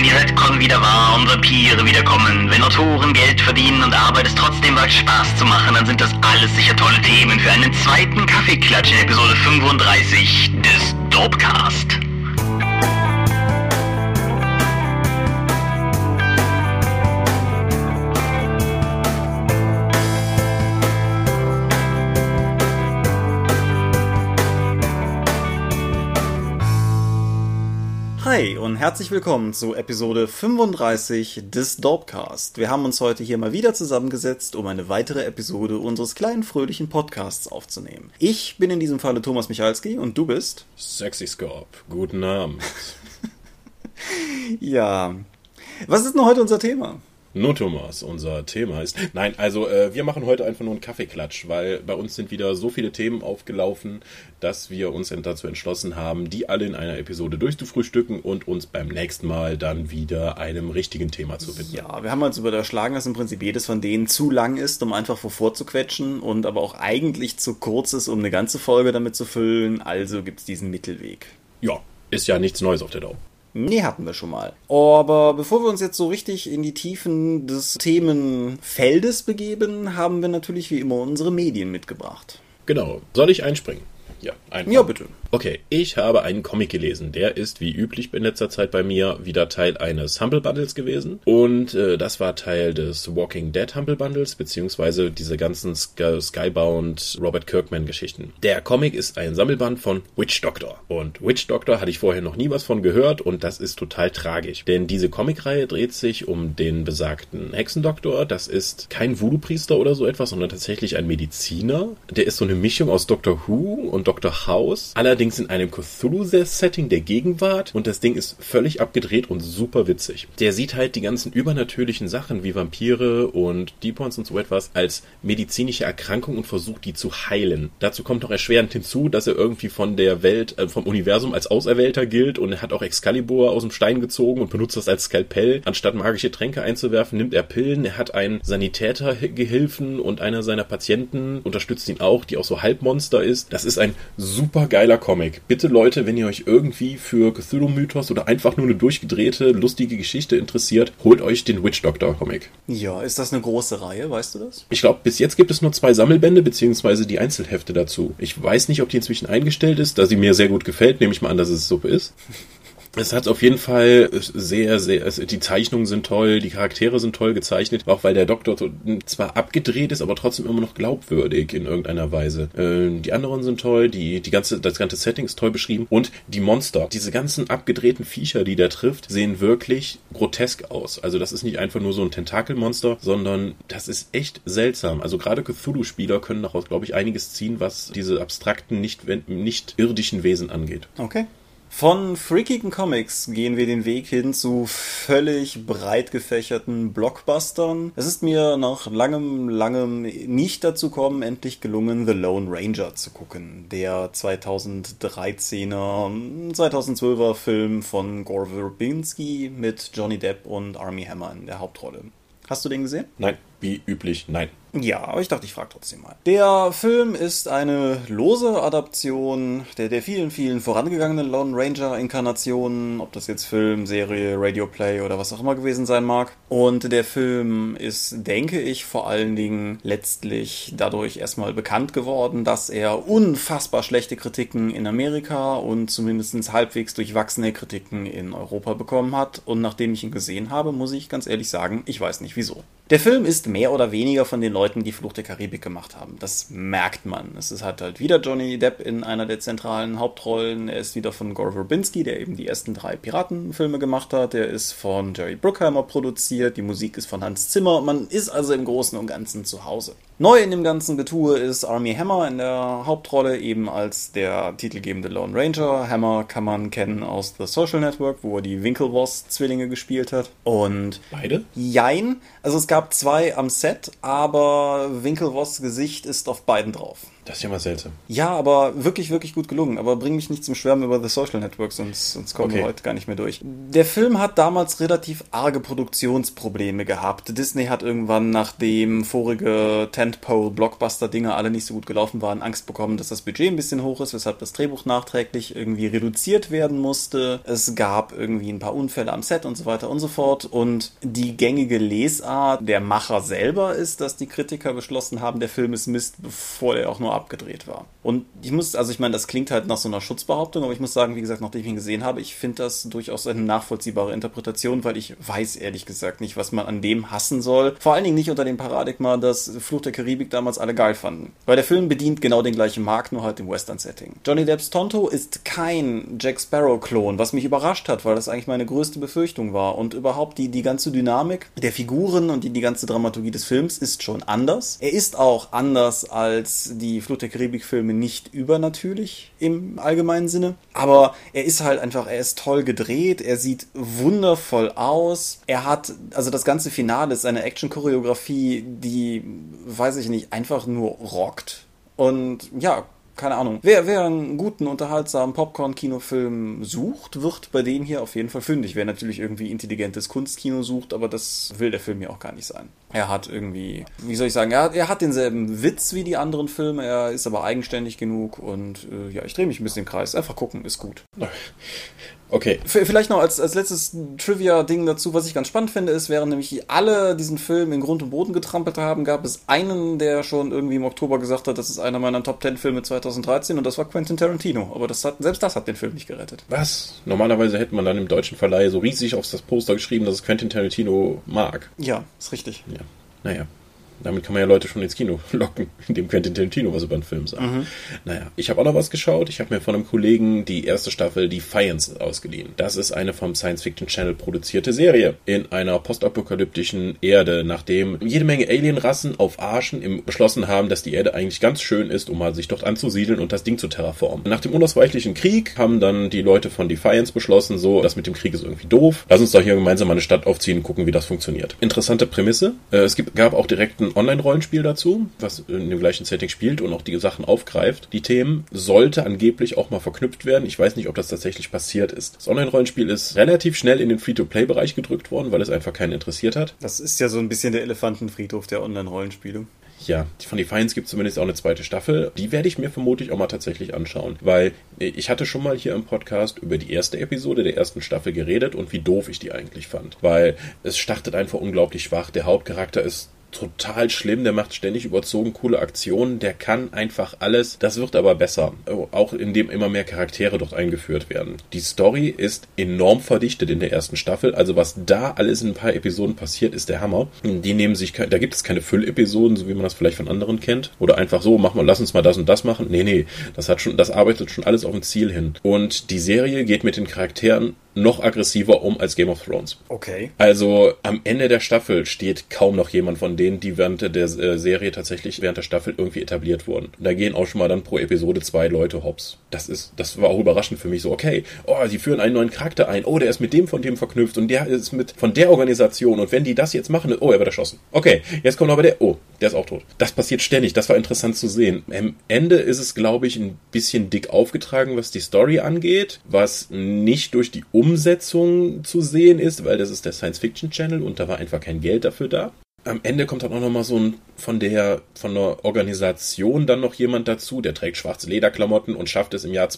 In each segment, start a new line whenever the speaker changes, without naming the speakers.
die Retcon wieder wahr und Vampire wiederkommen, wenn Autoren Geld verdienen und Arbeit es trotzdem wagt, Spaß zu machen, dann sind das alles sicher tolle Themen für einen zweiten Kaffeeklatsch in Episode 35 des Dopecast.
Hi und herzlich willkommen zu Episode 35 des Dopecast. Wir haben uns heute hier mal wieder zusammengesetzt, um eine weitere Episode unseres kleinen fröhlichen Podcasts aufzunehmen. Ich bin in diesem Falle Thomas Michalski und du bist?
Sexy Scorp. Guten Abend.
Ja. Was ist denn heute unser Thema?
Nur Thomas, unser Thema ist... Nein, also wir machen heute einfach nur einen Kaffeeklatsch, weil bei uns sind wieder so viele Themen aufgelaufen, dass wir uns dazu entschlossen haben, die alle in einer Episode durchzufrühstücken und uns beim nächsten Mal dann wieder einem richtigen Thema zu widmen.
Ja, wir haben uns überschlagen, dass im Prinzip jedes von denen zu lang ist, um einfach vorzuquetschen und aber auch eigentlich zu kurz ist, um eine ganze Folge damit zu füllen. Also gibt's diesen Mittelweg.
Ja, ist ja nichts Neues auf der Dauer.
Nee, hatten wir schon mal. Aber bevor wir uns jetzt so richtig in die Tiefen des Themenfeldes begeben, haben wir natürlich wie immer unsere Medien mitgebracht.
Genau. Soll ich einspringen? Ja, einfach.
Ja, bitte.
Okay, ich habe einen Comic gelesen. Der ist, wie üblich in letzter Zeit bei mir, wieder Teil eines Humble Bundles gewesen. Und das war Teil des Walking Dead Humble Bundles, beziehungsweise diese ganzen Skybound Robert Kirkman-Geschichten. Der Comic ist ein Sammelband von Witch Doctor. Und Witch Doctor hatte ich vorher noch nie was von gehört und das ist total tragisch. Denn diese Comicreihe dreht sich um den besagten Hexendoktor. Das ist kein Voodoo-Priester oder so etwas, sondern tatsächlich ein Mediziner. Der ist so eine Mischung aus Doctor Who und Dr. House. Allerdings in einem Cthulhu-Setting der Gegenwart und das Ding ist völlig abgedreht und super witzig. Der sieht halt die ganzen übernatürlichen Sachen wie Vampire und Deep Ones und so etwas als medizinische Erkrankung und versucht die zu heilen. Dazu kommt noch erschwerend hinzu, dass er irgendwie von der Welt, vom Universum als Auserwählter gilt und er hat auch Excalibur aus dem Stein gezogen und benutzt das als Skalpell. Anstatt magische Tränke einzuwerfen, nimmt er Pillen. Er hat einen Sanitätergehilfen und einer seiner Patienten unterstützt ihn auch, die auch so Halbmonster ist. Das ist ein super geiler Comic. Bitte Leute, wenn ihr euch irgendwie für Cthulhu-Mythos oder einfach nur eine durchgedrehte, lustige Geschichte interessiert, holt euch den Witch Doctor Comic.
Ja, ist das eine große Reihe, weißt du das?
Ich glaube, bis jetzt gibt es nur 2 Sammelbände, beziehungsweise die Einzelhefte dazu. Ich weiß nicht, ob die inzwischen eingestellt ist, da sie mir sehr gut gefällt, nehme ich mal an, dass es so ist. Es hat auf jeden Fall sehr, die Zeichnungen sind toll, die Charaktere sind toll gezeichnet, auch weil der Doktor zwar abgedreht ist, aber trotzdem immer noch glaubwürdig in irgendeiner Weise. Die anderen sind toll, das ganze Setting ist toll beschrieben und die Monster, diese ganzen abgedrehten Viecher, die der trifft, sehen wirklich grotesk aus. Also das ist nicht einfach nur so ein Tentakelmonster, sondern das ist echt seltsam. Also gerade Cthulhu-Spieler können daraus, glaube ich, einiges ziehen, was diese abstrakten, nicht irdischen Wesen angeht.
Okay. Von freakigen Comics gehen wir den Weg hin zu völlig breit gefächerten Blockbustern. Es ist mir nach langem nicht dazu kommen, endlich gelungen, The Lone Ranger zu gucken. Der 2012er Film von Gore Verbinski mit Johnny Depp und Armie Hammer in der Hauptrolle. Hast du den gesehen?
Nein, wie üblich, nein.
Ja, aber ich dachte, ich frage trotzdem mal. Der Film ist eine lose Adaption der vielen vorangegangenen Lone Ranger-Inkarnationen, ob das jetzt Film, Serie, Radioplay oder was auch immer gewesen sein mag. Und der Film ist, denke ich, vor allen Dingen letztlich dadurch erstmal bekannt geworden, dass er unfassbar schlechte Kritiken in Amerika und zumindest halbwegs durchwachsene Kritiken in Europa bekommen hat. Und nachdem ich ihn gesehen habe, muss ich ganz ehrlich sagen, ich weiß nicht wieso. Der Film ist mehr oder weniger von den Leuten, die Fluch der Karibik gemacht haben. Das merkt man. Es ist halt wieder Johnny Depp in einer der zentralen Hauptrollen. Er ist wieder von Gore Verbinski, der eben die ersten 3 Piratenfilme gemacht hat. Er ist von Jerry Bruckheimer produziert. Die Musik ist von Hans Zimmer. Man ist also im Großen und Ganzen zu Hause. Neu in dem ganzen Getue ist Armie Hammer in der Hauptrolle, eben als der titelgebende Lone Ranger. Hammer kann man kennen aus The Social Network, wo er die Winklevoss-Zwillinge gespielt hat. Und
beide?
Jein. Also es gab 2 am Set, aber Winklevoss' Gesicht ist auf beiden drauf.
Das ist ja mal seltsam.
Ja, aber wirklich, wirklich gut gelungen. Aber bring mich nicht zum Schwärmen über The Social Network, sonst kommen wir heute gar nicht mehr durch. Der Film hat damals relativ arge Produktionsprobleme gehabt. Disney hat irgendwann, nachdem vorige Tentpole-Blockbuster-Dinger alle nicht so gut gelaufen waren, Angst bekommen, dass das Budget ein bisschen hoch ist, weshalb das Drehbuch nachträglich irgendwie reduziert werden musste. Es gab irgendwie ein paar Unfälle am Set und so weiter und so fort. Und die gängige Lesart der Macher selber ist, dass die Kritiker beschlossen haben, der Film ist Mist, bevor er auch nur abgedreht war. Und ich meine, das klingt halt nach so einer Schutzbehauptung, aber ich muss sagen, wie gesagt, nachdem ich ihn gesehen habe, ich finde das durchaus eine nachvollziehbare Interpretation, weil ich weiß ehrlich gesagt nicht, was man an dem hassen soll. Vor allen Dingen nicht unter dem Paradigma, dass Fluch der Karibik damals alle geil fanden. Weil der Film bedient genau den gleichen Markt, nur halt im Western-Setting. Johnny Depps Tonto ist kein Jack Sparrow-Klon, was mich überrascht hat, weil das eigentlich meine größte Befürchtung war. Und überhaupt die ganze Dynamik der Figuren und die ganze Dramaturgie des Films ist schon anders. Er ist auch anders als die Fluch der Karibik-Filme nicht übernatürlich im allgemeinen Sinne. Aber er ist toll gedreht, er sieht wundervoll aus. Also das ganze Finale ist eine Action-Choreografie, die, weiß ich nicht, einfach nur rockt. Und ja, keine Ahnung. Wer einen guten, unterhaltsamen Popcorn-Kinofilm sucht, wird bei dem hier auf jeden Fall fündig. Wer natürlich irgendwie intelligentes Kunstkino sucht, aber das will der Film ja auch gar nicht sein. Er hat irgendwie, wie soll ich sagen, er hat denselben Witz wie die anderen Filme, er ist aber eigenständig genug und ich drehe mich ein bisschen im Kreis. Einfach gucken, ist gut.
Okay.
Vielleicht noch als letztes Trivia-Ding dazu, was ich ganz spannend finde, ist, während nämlich alle diesen Film in Grund und Boden getrampelt haben, gab es einen, der schon irgendwie im Oktober gesagt hat, das ist einer meiner Top-10-Filme 2013 und das war Quentin Tarantino. Aber selbst das hat den Film nicht gerettet.
Was? Normalerweise hätte man dann im deutschen Verleih so riesig auf das Poster geschrieben, dass es Quentin Tarantino mag.
Ja, ist richtig.
Ja, naja. Damit kann man ja Leute schon ins Kino locken, indem Quentin Tarantino was über einen Film sagt. Naja, ich habe auch noch was geschaut. Ich habe mir von einem Kollegen die erste Staffel Defiance ausgeliehen. Das ist eine vom Science Fiction Channel produzierte Serie in einer postapokalyptischen Erde, nachdem jede Menge Alienrassen auf Arschen beschlossen haben, dass die Erde eigentlich ganz schön ist, um mal sich dort anzusiedeln und das Ding zu terraformen. Nach dem unausweichlichen Krieg haben dann die Leute von Defiance beschlossen, so, das mit dem Krieg ist irgendwie doof. Lass uns doch hier gemeinsam eine Stadt aufziehen und gucken, wie das funktioniert. Interessante Prämisse. Es gab auch direkt ein Online-Rollenspiel dazu, was in dem gleichen Setting spielt und auch die Sachen aufgreift. Die Themen sollte angeblich auch mal verknüpft werden. Ich weiß nicht, ob das tatsächlich passiert ist. Das Online-Rollenspiel ist relativ schnell in den Free-to-Play-Bereich gedrückt worden, weil es einfach keinen interessiert hat.
Das ist ja so ein bisschen der Elefantenfriedhof der Online-Rollenspiele.
Ja, von Defiance gibt es zumindest auch eine zweite Staffel. Die werde ich mir vermutlich auch mal tatsächlich anschauen, weil ich hatte schon mal hier im Podcast über die erste Episode der ersten Staffel geredet und wie doof ich die eigentlich fand. Weil es startet einfach unglaublich schwach. Der Hauptcharakter ist total schlimm, der macht ständig überzogen coole Aktionen, der kann einfach alles, das wird aber besser, auch indem immer mehr Charaktere dort eingeführt werden. Die Story ist enorm verdichtet in der ersten Staffel, also was da alles in ein paar Episoden passiert, ist der Hammer. Die nehmen sich, da gibt es keine Füllepisoden, so wie man das vielleicht von anderen kennt, oder einfach so, lass uns mal das und das machen. Nee, das arbeitet schon alles auf ein Ziel hin. Und die Serie geht mit den Charakteren noch aggressiver als Game of Thrones.
Okay.
Also am Ende der Staffel steht kaum noch jemand von denen, die während der Serie tatsächlich während der Staffel irgendwie etabliert wurden. Und da gehen auch schon mal dann pro Episode 2 Leute hops. Das war auch überraschend für mich so, okay, sie führen einen neuen Charakter ein, der ist mit dem von dem verknüpft und der ist von der Organisation und wenn die das jetzt machen, er wird erschossen. Okay, jetzt kommt aber der ist auch tot. Das passiert ständig, das war interessant zu sehen. Am Ende ist es, glaube ich, ein bisschen dick aufgetragen, was die Story angeht, was nicht durch die Umsetzung zu sehen ist, weil das ist der Science Fiction Channel und da war einfach kein Geld dafür da. Am Ende kommt dann auch nochmal von der Organisation dann noch jemand dazu, der trägt schwarze Lederklamotten und schafft es im Jahr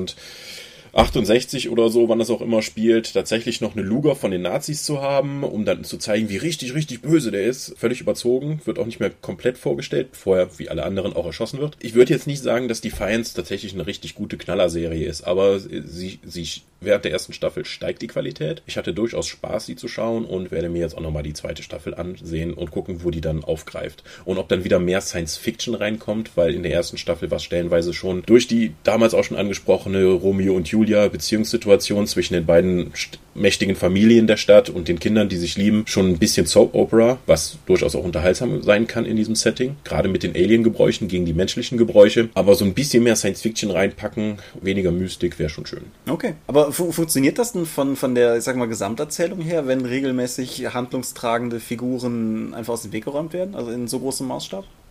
2068 oder so, wann das auch immer spielt, tatsächlich noch eine Luger von den Nazis zu haben, um dann zu zeigen, wie richtig, richtig böse der ist. Völlig überzogen, wird auch nicht mehr komplett vorgestellt, bevor er, wie alle anderen, auch erschossen wird. Ich würde jetzt nicht sagen, dass Defiance tatsächlich eine richtig gute Knallerserie ist, aber sie während der ersten Staffel steigt die Qualität. Ich hatte durchaus Spaß, sie zu schauen und werde mir jetzt auch nochmal die zweite Staffel ansehen und gucken, wo die dann aufgreift. Und ob dann wieder mehr Science-Fiction reinkommt, weil in der ersten Staffel war es stellenweise schon durch die damals auch schon angesprochene Romeo und Julia Beziehungssituation zwischen den beiden mächtigen Familien der Stadt und den Kindern, die sich lieben, schon ein bisschen Soap-Opera, was durchaus auch unterhaltsam sein kann in diesem Setting. Gerade mit den Alien-Gebräuchen gegen die menschlichen Gebräuche. Aber so ein bisschen mehr Science-Fiction reinpacken, weniger Mystik, wäre schon schön.
Okay, aber funktioniert das denn von der, ich sag mal, Gesamterzählung her, wenn regelmäßig handlungstragende Figuren einfach aus dem Weg geräumt werden? Also in so großem Maßstab?
Ja.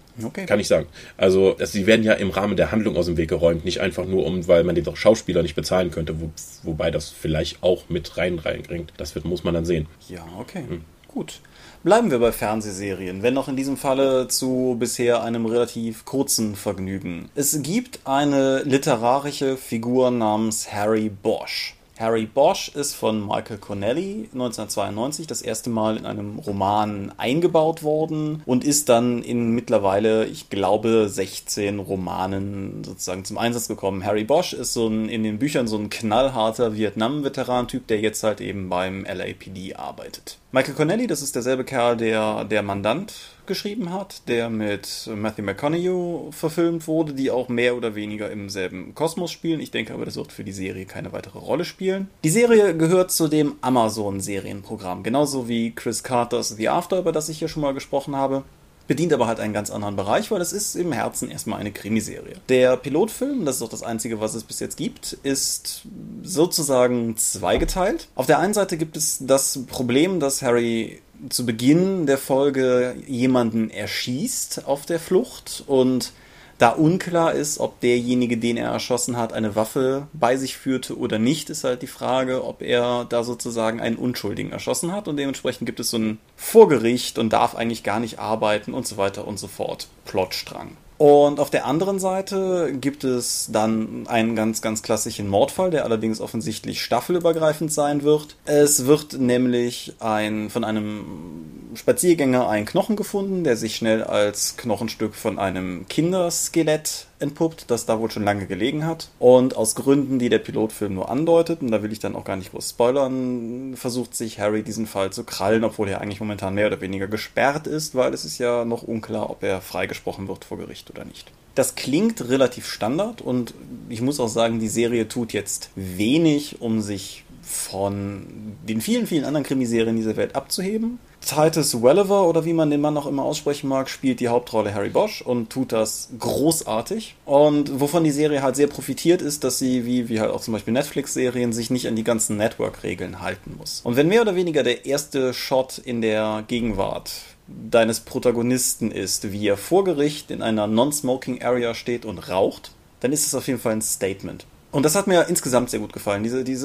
Okay.
Kann ich sagen. Also, sie werden ja im Rahmen der Handlung aus dem Weg geräumt, nicht einfach nur weil man den Schauspieler nicht bezahlen könnte, wobei das vielleicht auch mit reinbringt. Das muss man dann sehen.
Ja, okay. Gut. Bleiben wir bei Fernsehserien, wenn auch in diesem Falle zu bisher einem relativ kurzen Vergnügen. Es gibt eine literarische Figur namens Harry Bosch. Harry Bosch ist von Michael Connelly 1992 das erste Mal in einem Roman eingebaut worden und ist dann in mittlerweile, ich glaube, 16 Romanen sozusagen zum Einsatz gekommen. Harry Bosch ist in den Büchern so ein knallharter Vietnam-Veteran-Typ, der jetzt halt eben beim LAPD arbeitet. Michael Connelly, das ist derselbe Kerl, der Mandant geschrieben hat, der mit Matthew McConaughey verfilmt wurde, die auch mehr oder weniger im selben Kosmos spielen. Ich denke aber, das wird für die Serie keine weitere Rolle spielen. Die Serie gehört zu dem Amazon-Serienprogramm, genauso wie Chris Carters The After, über das ich hier schon mal gesprochen habe. Bedient aber halt einen ganz anderen Bereich, weil es ist im Herzen erstmal eine Krimiserie. Der Pilotfilm, das ist auch das Einzige, was es bis jetzt gibt, ist sozusagen zweigeteilt. Auf der einen Seite gibt es das Problem, dass Harry zu Beginn der Folge jemanden erschießt auf der Flucht und da unklar ist, ob derjenige, den er erschossen hat, eine Waffe bei sich führte oder nicht, ist halt die Frage, ob er da sozusagen einen Unschuldigen erschossen hat und dementsprechend gibt es so ein Vorgericht und darf eigentlich gar nicht arbeiten und so weiter und so fort. Plotstrang. Und auf der anderen Seite gibt es dann einen ganz, ganz klassischen Mordfall, der allerdings offensichtlich staffelübergreifend sein wird. Es wird nämlich von einem Spaziergänger ein Knochen gefunden, der sich schnell als Knochenstück von einem Kinderskelett entpuppt, das da wohl schon lange gelegen hat. Und aus Gründen, die der Pilotfilm nur andeutet, und da will ich dann auch gar nicht groß spoilern, versucht sich Harry diesen Fall zu krallen, obwohl er eigentlich momentan mehr oder weniger gesperrt ist, weil es ist ja noch unklar, ob er freigesprochen wird vor Gericht oder nicht. Das klingt relativ Standard und ich muss auch sagen, die Serie tut jetzt wenig, um sich von den vielen, vielen anderen Krimiserien dieser Welt abzuheben. Titus Welliver, oder wie man den Mann auch immer aussprechen mag, spielt die Hauptrolle Harry Bosch und tut das großartig. Und wovon die Serie halt sehr profitiert, ist, dass sie, wie halt auch zum Beispiel Netflix-Serien, sich nicht an die ganzen Network-Regeln halten muss. Und wenn mehr oder weniger der erste Shot in der Gegenwart deines Protagonisten ist, wie er vor Gericht in einer Non-Smoking-Area steht und raucht, dann ist es auf jeden Fall ein Statement. Und das hat mir insgesamt sehr gut gefallen.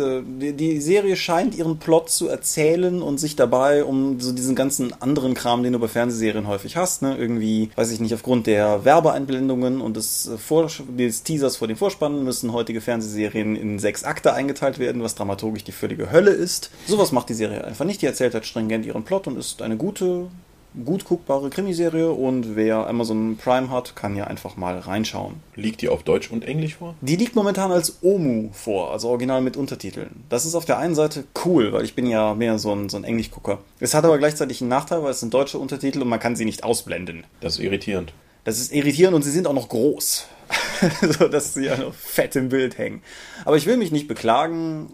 Die Serie scheint ihren Plot zu erzählen und sich dabei um so diesen ganzen anderen Kram, den du bei Fernsehserien häufig hast, ne? Irgendwie, weiß ich nicht, aufgrund der Werbeeinblendungen und des Teasers vor dem Vorspann müssen heutige Fernsehserien in 6 Akte eingeteilt werden, was dramaturgisch die völlige Hölle ist. Sowas macht die Serie einfach nicht. Die erzählt halt stringent ihren Plot und ist eine gut guckbare Krimiserie und wer Amazon Prime hat, kann ja einfach mal reinschauen.
Liegt die auf Deutsch und Englisch vor?
Die liegt momentan als OMU vor, also original mit Untertiteln. Das ist auf der einen Seite cool, weil ich bin ja mehr so ein Englischgucker. Es hat aber gleichzeitig einen Nachteil, weil es sind deutsche Untertitel und man kann sie nicht ausblenden.
Das ist irritierend.
Das ist irritierend und sie sind auch noch groß. So, dass sie ja noch fett im Bild hängen. Aber ich will mich nicht beklagen.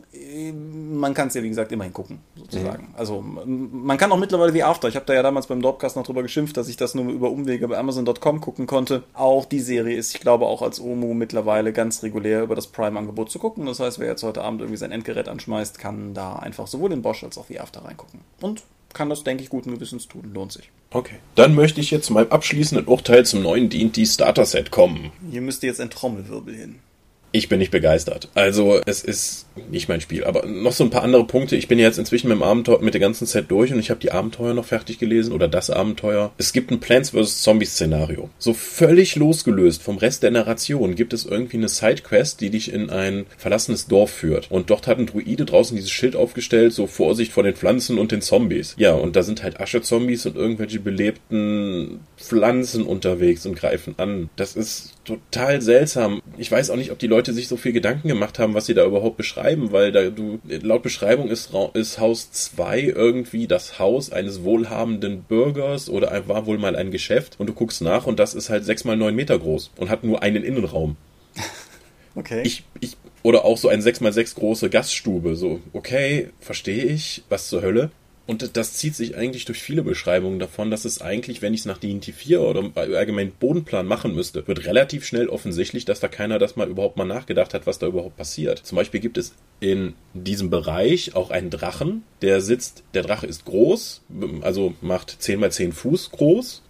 Man kann es ja, wie gesagt, immerhin gucken, sozusagen. Mhm. Also, man kann auch mittlerweile wie After. Ich habe da ja damals beim Dropcast noch drüber geschimpft, dass ich das nur über Umwege bei Amazon.com gucken konnte. Auch die Serie ist, ich glaube, auch als OMU mittlerweile ganz regulär über das Prime-Angebot zu gucken. Das heißt, wer jetzt heute Abend irgendwie sein Endgerät anschmeißt, kann da einfach sowohl in Bosch als auch wie After reingucken. Und kann das, denke ich, guten Gewissens tun. Lohnt sich.
Okay. Dann möchte ich jetzt zu meinem abschließenden Urteil zum neuen D&D Starter Set kommen.
Hier müsste jetzt ein Trommelwirbel hin.
Ich bin nicht begeistert. Also, es ist nicht mein Spiel. Aber noch so ein paar andere Punkte. Ich bin jetzt inzwischen mit dem ganzen Set durch und ich habe die Abenteuer noch fertig gelesen oder das Abenteuer. Es gibt ein Plants vs. Zombies Szenario. So völlig losgelöst vom Rest der Narration gibt es irgendwie eine Sidequest, die dich in ein verlassenes Dorf führt. Und dort hat ein Druide draußen dieses Schild aufgestellt, so Vorsicht vor den Pflanzen und den Zombies. Ja, und da sind halt Asche-Zombies und irgendwelche belebten Pflanzen unterwegs und greifen an. Das ist total seltsam. Ich weiß auch nicht, ob die Leute sich so viel Gedanken gemacht haben, was sie da überhaupt beschreiben, weil laut Beschreibung ist Haus 2 irgendwie das Haus eines wohlhabenden Bürgers oder war wohl mal ein Geschäft und du guckst nach und das ist halt 6 mal 9 Meter groß und hat nur einen Innenraum.
Okay.
Oder auch so eine 6 mal 6 große Gaststube. So, okay, verstehe ich, was zur Hölle. Und das zieht sich eigentlich durch viele Beschreibungen davon, dass es eigentlich, wenn ich es nach D&D 4 oder allgemein Bodenplan machen müsste, wird relativ schnell offensichtlich, dass da keiner überhaupt mal nachgedacht hat, was da überhaupt passiert. Zum Beispiel gibt es in diesem Bereich auch einen Drachen, der Drache ist groß, also macht 10 mal 10 Fuß groß.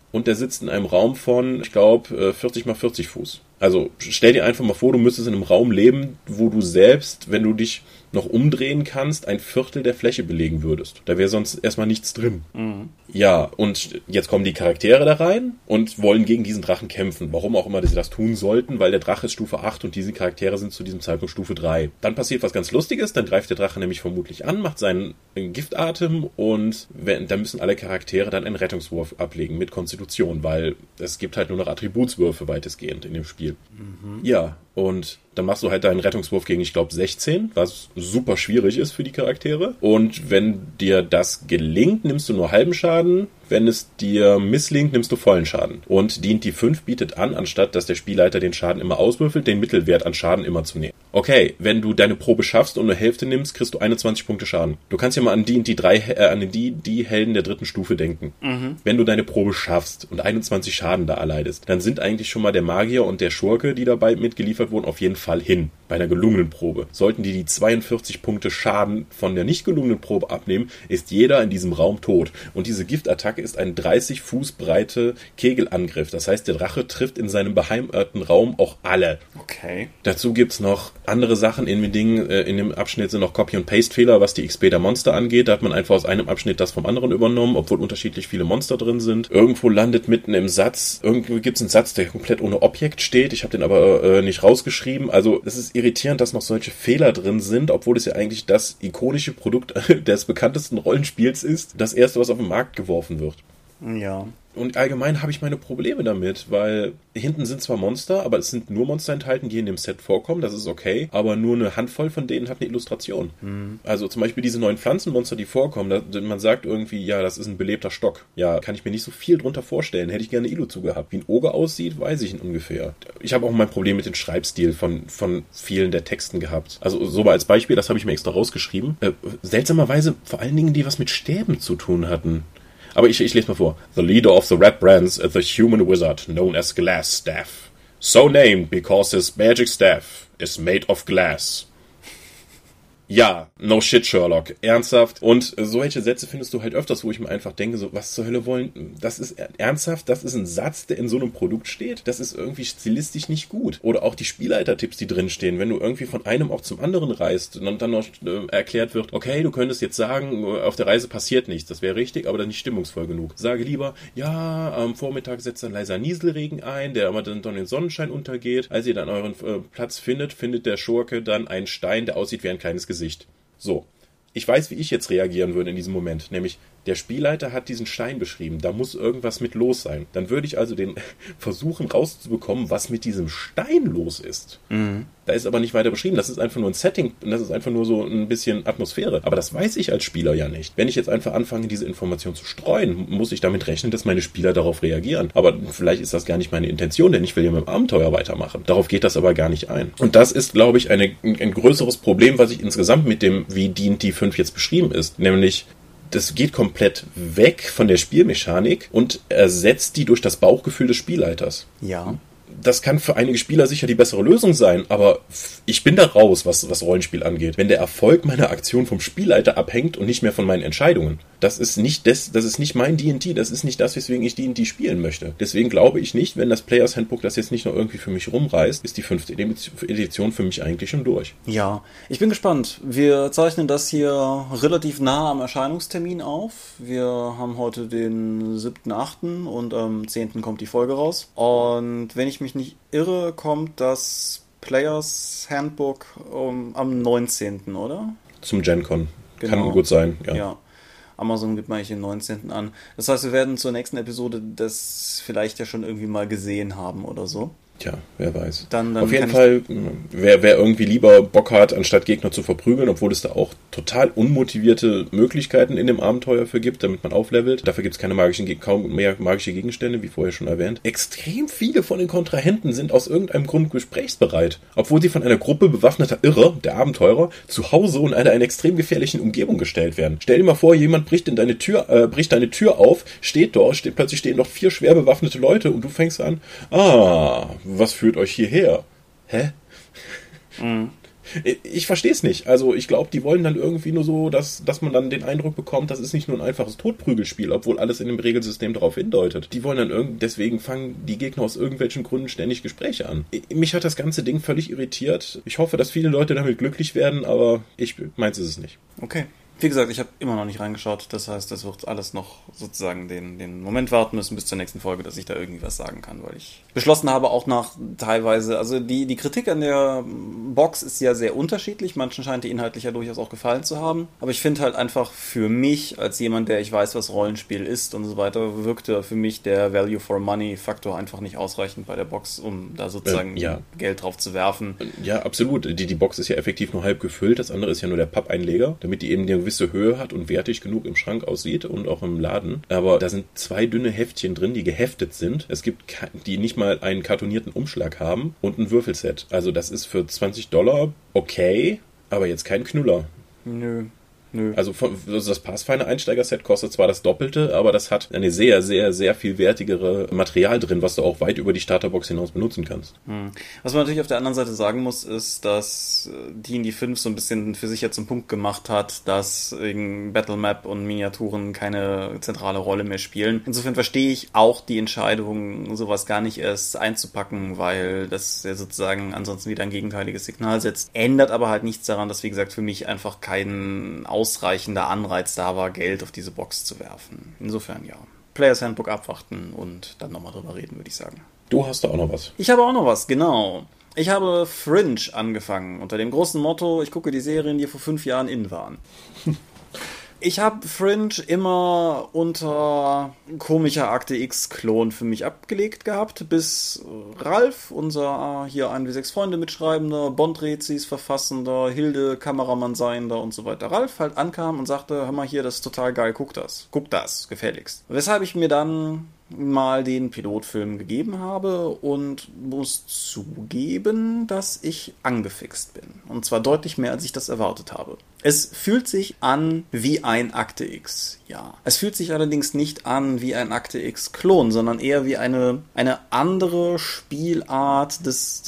und der sitzt in einem Raum von, ich glaube, 40 mal 40 Fuß. Also stell dir einfach mal vor, du müsstest in einem Raum leben, wo du selbst, wenn du dich noch umdrehen kannst, ein Viertel der Fläche belegen würdest. Da wäre sonst erstmal nichts drin. Mhm. Ja, und jetzt kommen die Charaktere da rein und wollen gegen diesen Drachen kämpfen. Warum auch immer sie das tun sollten, weil der Drache ist Stufe 8 und diese Charaktere sind zu diesem Zeitpunkt Stufe 3. Dann passiert was ganz Lustiges, dann greift der Drache nämlich vermutlich an, macht seinen Giftatem und dann müssen alle Charaktere dann einen Rettungswurf ablegen mit Konstitution, weil es gibt halt nur noch Attributswürfe weitestgehend in dem Spiel. Mhm. Ja, und dann machst du halt deinen Rettungswurf gegen, ich glaube, 16, was super schwierig ist für die Charaktere. Und wenn dir das gelingt, nimmst du nur halben Schaden. Wenn es dir misslingt, nimmst du vollen Schaden. Und D&D 5 bietet an, anstatt dass der Spielleiter den Schaden immer auswürfelt, den Mittelwert an Schaden immer zu nehmen. Okay, wenn du deine Probe schaffst und eine Hälfte nimmst, kriegst du 21 Punkte Schaden. Du kannst ja mal an D&D 3, an die Helden der 3. Stufe denken. Mhm. Wenn du deine Probe schaffst und 21 Schaden da erleidest, dann sind eigentlich schon mal der Magier und der Schurke, die dabei mitgeliefert wurden, auf jeden Fall hin. Bei einer gelungenen Probe. Sollten die 42 Punkte Schaden von der nicht gelungenen Probe abnehmen, ist jeder in diesem Raum tot. Und diese Giftattacke ist ein 30 Fuß breite Kegelangriff. Das heißt, der Drache trifft in seinem beheimateten Raum auch alle.
Okay.
Dazu gibt's noch andere Sachen in dem Abschnitt sind noch Copy- und Paste-Fehler, was die XP der Monster angeht. Da hat man einfach aus einem Abschnitt das vom anderen übernommen, obwohl unterschiedlich viele Monster drin sind. Irgendwo landet mitten im Satz, irgendwie gibt's einen Satz, der komplett ohne Objekt steht. Ich habe den aber nicht rausgeschrieben. Also es ist irritierend, dass noch solche Fehler drin sind, obwohl es ja eigentlich das ikonische Produkt des bekanntesten Rollenspiels ist. Das erste, was auf den Markt geworfen wird.
Ja.
Und allgemein habe ich meine Probleme damit, weil hinten sind zwar Monster, aber es sind nur Monster enthalten, die in dem Set vorkommen, das ist okay, aber nur eine Handvoll von denen hat eine Illustration. Mhm. Also zum Beispiel diese neuen Pflanzenmonster, die vorkommen, man sagt irgendwie, ja, das ist ein belebter Stock. Ja, kann ich mir nicht so viel drunter vorstellen, hätte ich gerne Illu zu gehabt. Wie ein Oger aussieht, weiß ich ungefähr. Ich habe auch mein Problem mit dem Schreibstil von vielen der Texten gehabt. Also so mal als Beispiel, das habe ich mir extra rausgeschrieben. Seltsamerweise vor allen Dingen, die was mit Stäben zu tun hatten. Aber ich lese mal vor. The leader of the Red Brands is the human wizard known as Glassstaff. So named because his magic staff is made of glass. Ja, no shit, Sherlock. Ernsthaft. Und solche Sätze findest du halt öfters, wo ich mir einfach denke, so, was zur Hölle wollen, das ist ernsthaft, das ist ein Satz, der in so einem Produkt steht. Das ist irgendwie stilistisch nicht gut. Oder auch die Spielleiter-Tipps, die drinstehen. Wenn du irgendwie von einem auch zum anderen reist und dann noch erklärt wird, okay, du könntest jetzt sagen, auf der Reise passiert nichts. Das wäre richtig, aber dann nicht stimmungsvoll genug. Sage lieber, ja, am Vormittag setzt dann leiser Nieselregen ein, der aber dann den Sonnenschein untergeht. Als ihr dann euren Platz findet der Schurke dann einen Stein, der aussieht wie ein kleines Gesicht. So, ich weiß, wie ich jetzt reagieren würde in diesem Moment, nämlich der Spielleiter hat diesen Stein beschrieben, da muss irgendwas mit los sein. Dann würde ich also den versuchen rauszubekommen, was mit diesem Stein los ist. Mhm. Da ist aber nicht weiter beschrieben, das ist einfach nur ein Setting, das ist einfach nur so ein bisschen Atmosphäre. Aber das weiß ich als Spieler ja nicht. Wenn ich jetzt einfach anfange, diese Information zu streuen, muss ich damit rechnen, dass meine Spieler darauf reagieren. Aber vielleicht ist das gar nicht meine Intention, denn ich will ja mit dem Abenteuer weitermachen. Darauf geht das aber gar nicht ein. Und das ist, glaube ich, ein größeres Problem, was ich insgesamt mit dem, wie D&D 5 jetzt beschrieben ist, nämlich das geht komplett weg von der Spielmechanik und ersetzt die durch das Bauchgefühl des Spielleiters.
Ja.
Das kann für einige Spieler sicher die bessere Lösung sein, aber ich bin da raus, was Rollenspiel angeht. Wenn der Erfolg meiner Aktion vom Spielleiter abhängt und nicht mehr von meinen Entscheidungen. Das ist nicht mein D&D, das ist nicht das, weswegen ich D&D spielen möchte. Deswegen glaube ich nicht, wenn das Players Handbook das jetzt nicht noch irgendwie für mich rumreißt, ist die 5. Edition für mich eigentlich schon durch.
Ja, ich bin gespannt. Wir zeichnen das hier relativ nah am Erscheinungstermin auf. Wir haben heute den 7.8. und am 10. kommt die Folge raus. Und wenn ich mich nicht irre, kommt das Players Handbook am 19., oder?
Zum GenCon.
Genau.
Kann gut sein,
ja. Amazon gibt eigentlich den 19. an. Das heißt, wir werden zur nächsten Episode das vielleicht ja schon irgendwie mal gesehen haben oder so.
Tja, wer weiß.
Dann
auf jeden Fall, wer irgendwie lieber Bock hat, anstatt Gegner zu verprügeln, obwohl es da auch total unmotivierte Möglichkeiten in dem Abenteuer für gibt, damit man auflevelt. Dafür gibt es kaum mehr magische Gegenstände, wie vorher schon erwähnt. Extrem viele von den Kontrahenten sind aus irgendeinem Grund gesprächsbereit, obwohl sie von einer Gruppe bewaffneter Irrer, der Abenteurer, zu Hause in einer extrem gefährlichen Umgebung gestellt werden. Stell dir mal vor, jemand bricht deine Tür auf, plötzlich stehen noch 4 schwer bewaffnete Leute und du fängst an, was führt euch hierher? Hä? Mhm. Ich verstehe es nicht. Also ich glaube, die wollen dann irgendwie nur so, dass man dann den Eindruck bekommt, das ist nicht nur ein einfaches Totprügelspiel, obwohl alles in dem Regelsystem darauf hindeutet. Die wollen dann deswegen fangen die Gegner aus irgendwelchen Gründen ständig Gespräche an. Mich hat das ganze Ding völlig irritiert. Ich hoffe, dass viele Leute damit glücklich werden, aber meins ist es nicht.
Okay. Wie gesagt, ich habe immer noch nicht reingeschaut. Das heißt, das wird alles noch sozusagen den Moment warten müssen bis zur nächsten Folge, dass ich da irgendwie was sagen kann, weil ich beschlossen habe, auch nach teilweise, also die Kritik an der Box ist ja sehr unterschiedlich. Manchen scheint die inhaltlich ja durchaus auch gefallen zu haben. Aber ich finde halt einfach für mich, als jemand, der ich weiß, was Rollenspiel ist und so weiter, wirkte für mich der Value-for-Money-Faktor einfach nicht ausreichend bei der Box, um da sozusagen Geld drauf zu werfen.
Ja, absolut. Die Box ist ja effektiv nur halb gefüllt. Das andere ist ja nur der Pappeinleger, damit die eben eine gewisse Höhe hat und wertig genug im Schrank aussieht und auch im Laden. Aber da sind 2 dünne Heftchen drin, die geheftet sind. Es gibt die nicht mal einen kartonierten Umschlag haben und ein Würfelset. Also das ist für $20 okay, aber jetzt kein Knüller.
Nö.
Also das Pathfinder-Einsteiger-Set kostet zwar das Doppelte, aber das hat eine sehr, sehr, sehr viel wertigere Material drin, was du auch weit über die Starterbox hinaus benutzen kannst.
Was man natürlich auf der anderen Seite sagen muss, ist, dass D&D 5 so ein bisschen für sich ja zum Punkt gemacht hat, dass Battlemap und Miniaturen keine zentrale Rolle mehr spielen. Insofern verstehe ich auch die Entscheidung, sowas gar nicht erst einzupacken, weil das ja sozusagen ansonsten wieder ein gegenteiliges Signal setzt. Ändert aber halt nichts daran, dass, wie gesagt, für mich einfach kein ausreichender Anreiz da war, Geld auf diese Box zu werfen. Insofern ja. Players Handbook abwarten und dann nochmal drüber reden, würde ich sagen.
Du hast da auch noch was.
Ich habe auch noch was, genau. Ich habe Fringe angefangen, unter dem großen Motto, ich gucke die Serien, die vor 5 Jahren in waren. Ich habe Fringe immer unter komischer Akte X-Klon für mich abgelegt gehabt, bis Ralf, unser hier 1W6 Freunde Mitschreibender, Bond-Rezis Verfassender, Hilde Kameramann seiender und so weiter, Ralf halt ankam und sagte, hör mal hier, das ist total geil, guck das, gefälligst. Weshalb ich mir dann mal den Pilotfilm gegeben habe und muss zugeben, dass ich angefixt bin. Und zwar deutlich mehr, als ich das erwartet habe. Es fühlt sich an wie ein Akte X, ja. Es fühlt sich allerdings nicht an wie ein Akte X-Klon, sondern eher wie eine andere Spielart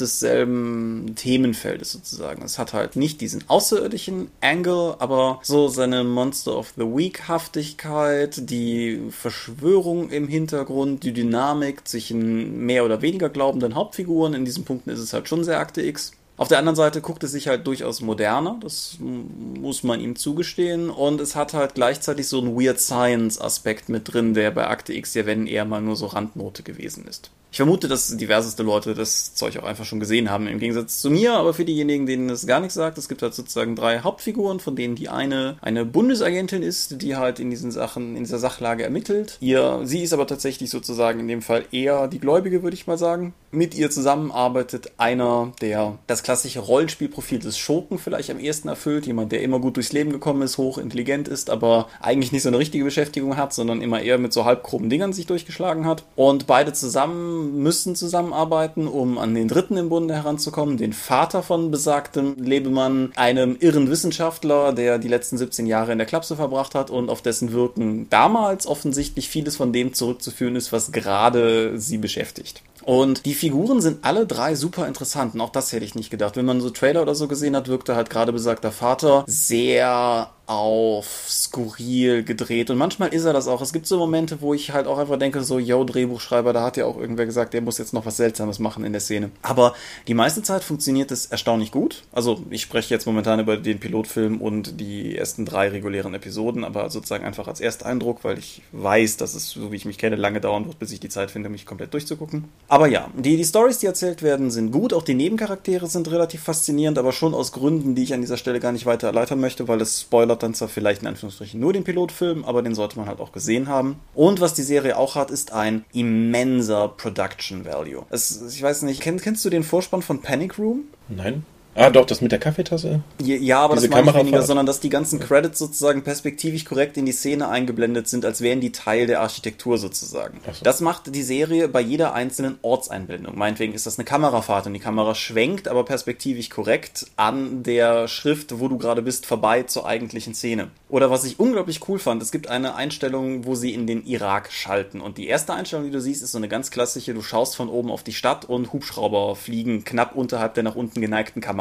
desselben Themenfeldes sozusagen. Es hat halt nicht diesen außerirdischen Angle, aber so seine Monster of the Week-Haftigkeit, die Verschwörung im Hintergrund, die Dynamik zwischen mehr oder weniger glaubenden Hauptfiguren. In diesen Punkten ist es halt schon sehr Akte X. Auf der anderen Seite guckt es sich halt durchaus moderner, das muss man ihm zugestehen, und es hat halt gleichzeitig so einen Weird Science-Aspekt mit drin, der bei Akte X ja wenn eher mal nur so Randnote gewesen ist. Ich vermute, dass diverseste Leute das Zeug auch einfach schon gesehen haben, im Gegensatz zu mir, aber für diejenigen, denen es gar nichts sagt, es gibt halt sozusagen 3 Hauptfiguren, von denen die eine Bundesagentin ist, die halt in dieser Sachlage ermittelt. Sie ist aber tatsächlich sozusagen in dem Fall eher die Gläubige, würde ich mal sagen. Mit ihr zusammenarbeitet einer, der das klassische Rollenspielprofil des Schurken vielleicht am ehesten erfüllt, jemand, der immer gut durchs Leben gekommen ist, hochintelligent ist, aber eigentlich nicht so eine richtige Beschäftigung hat, sondern immer eher mit so halbgroben Dingern sich durchgeschlagen hat. Und beide müssen zusammenarbeiten, um an den Dritten im Bunde heranzukommen, den Vater von besagtem Lebemann, einem irren Wissenschaftler, der die letzten 17 Jahre in der Klapse verbracht hat und auf dessen Wirken damals offensichtlich vieles von dem zurückzuführen ist, was gerade sie beschäftigt. Und die Figuren sind alle 3 super interessant und auch das hätte ich nicht gedacht. Wenn man so Trailer oder so gesehen hat, wirkte halt gerade besagter Vater sehr auf skurril gedreht und manchmal ist er das auch. Es gibt so Momente, wo ich halt auch einfach denke, so, yo, Drehbuchschreiber, da hat ja auch irgendwer gesagt, der muss jetzt noch was Seltsames machen in der Szene. Aber die meiste Zeit funktioniert es erstaunlich gut. Also ich spreche jetzt momentan über den Pilotfilm und die ersten 3 regulären Episoden, aber sozusagen einfach als Ersteindruck, weil ich weiß, dass es, so wie ich mich kenne, lange dauern wird, bis ich die Zeit finde, mich komplett durchzugucken. Aber ja, die Storys, die erzählt werden, sind gut. Auch die Nebencharaktere sind relativ faszinierend, aber schon aus Gründen, die ich an dieser Stelle gar nicht weiter erläutern möchte, weil es spoilert dann zwar vielleicht in Anführungsstrichen nur den Pilotfilm, aber den sollte man halt auch gesehen haben. Und was die Serie auch hat, ist ein immenser Production Value. Ich weiß nicht, kennst du den Vorspann von Panic Room?
Nein. Ah, doch, das mit der Kaffeetasse?
Ja, aber das meine ich weniger, sondern dass die ganzen Credits sozusagen perspektivisch korrekt in die Szene eingeblendet sind, als wären die Teil der Architektur sozusagen. So. Das macht die Serie bei jeder einzelnen Ortseinblendung. Meinetwegen ist das eine Kamerafahrt und die Kamera schwenkt aber perspektivisch korrekt an der Schrift, wo du gerade bist, vorbei zur eigentlichen Szene. Oder was ich unglaublich cool fand, es gibt eine Einstellung, wo sie in den Irak schalten und die erste Einstellung, die du siehst, ist so eine ganz klassische, du schaust von oben auf die Stadt und Hubschrauber fliegen knapp unterhalb der nach unten geneigten Kamera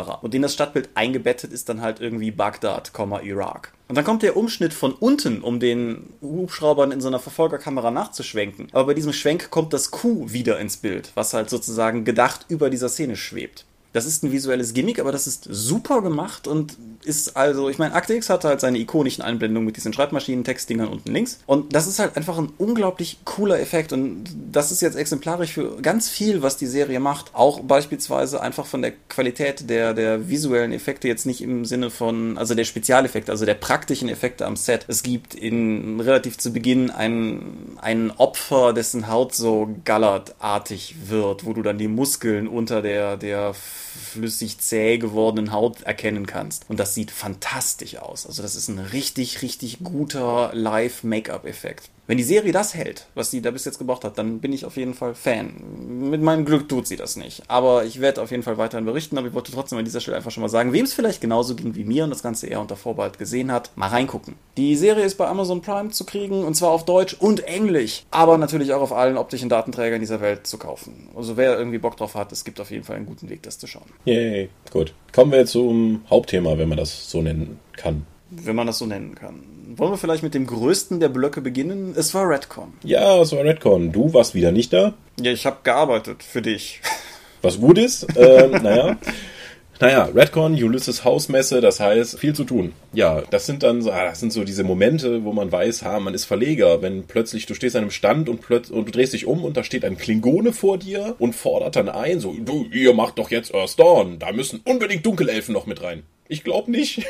Kamera. Und in das Stadtbild eingebettet ist dann halt irgendwie Bagdad, Irak. Und dann kommt der Umschnitt von unten, um den Hubschraubern in so einer Verfolgerkamera nachzuschwenken. Aber bei diesem Schwenk kommt das Q wieder ins Bild, was halt sozusagen gedacht über dieser Szene schwebt. Das ist ein visuelles Gimmick, aber das ist super gemacht und ist also, ich meine, Akte X hatte halt seine ikonischen Einblendungen mit diesen Schreibmaschinen-Textdingern unten links und das ist halt einfach ein unglaublich cooler Effekt und das ist jetzt exemplarisch für ganz viel, was die Serie macht, auch beispielsweise einfach von der Qualität der visuellen Effekte, jetzt nicht im Sinne von, also der Spezialeffekte, also der praktischen Effekte am Set. Es gibt relativ zu Beginn ein Opfer, dessen Haut so gallertartig wird, wo du dann die Muskeln unter der flüssig zäh gewordenen Haut erkennen kannst. Und das sieht fantastisch aus. Also das ist ein richtig, richtig guter Live-Make-up-Effekt. Wenn die Serie das hält, was sie da bis jetzt gebraucht hat, dann bin ich auf jeden Fall Fan. Mit meinem Glück tut sie das nicht. Aber ich werde auf jeden Fall weiterhin berichten, aber ich wollte trotzdem an dieser Stelle einfach schon mal sagen, wem es vielleicht genauso ging wie mir und das Ganze eher unter Vorbehalt gesehen hat, mal reingucken. Die Serie ist bei Amazon Prime zu kriegen und zwar auf Deutsch und Englisch, aber natürlich auch auf allen optischen Datenträgern dieser Welt zu kaufen. Also wer irgendwie Bock drauf hat, es gibt auf jeden Fall einen guten Weg, das zu schauen.
Yay, gut. Kommen wir jetzt zum Hauptthema, wenn man das so nennen kann.
Wenn man das so nennen kann. Wollen wir vielleicht mit dem größten der Blöcke beginnen? Es war Redcon.
Ja, es war Redcon. Du warst wieder nicht da?
Ja, ich habe gearbeitet für dich.
Was gut ist? Naja, Redcon, Ulysses Hausmesse, das heißt, viel zu tun. Ja, das sind so diese Momente, wo man weiß, man ist Verleger, wenn plötzlich du stehst an einem Stand und du drehst dich um und da steht ein Klingone vor dir und fordert dann ein, so, du, ihr macht doch jetzt Earth Dawn, da müssen unbedingt Dunkelelfen noch mit rein. Ich glaube nicht.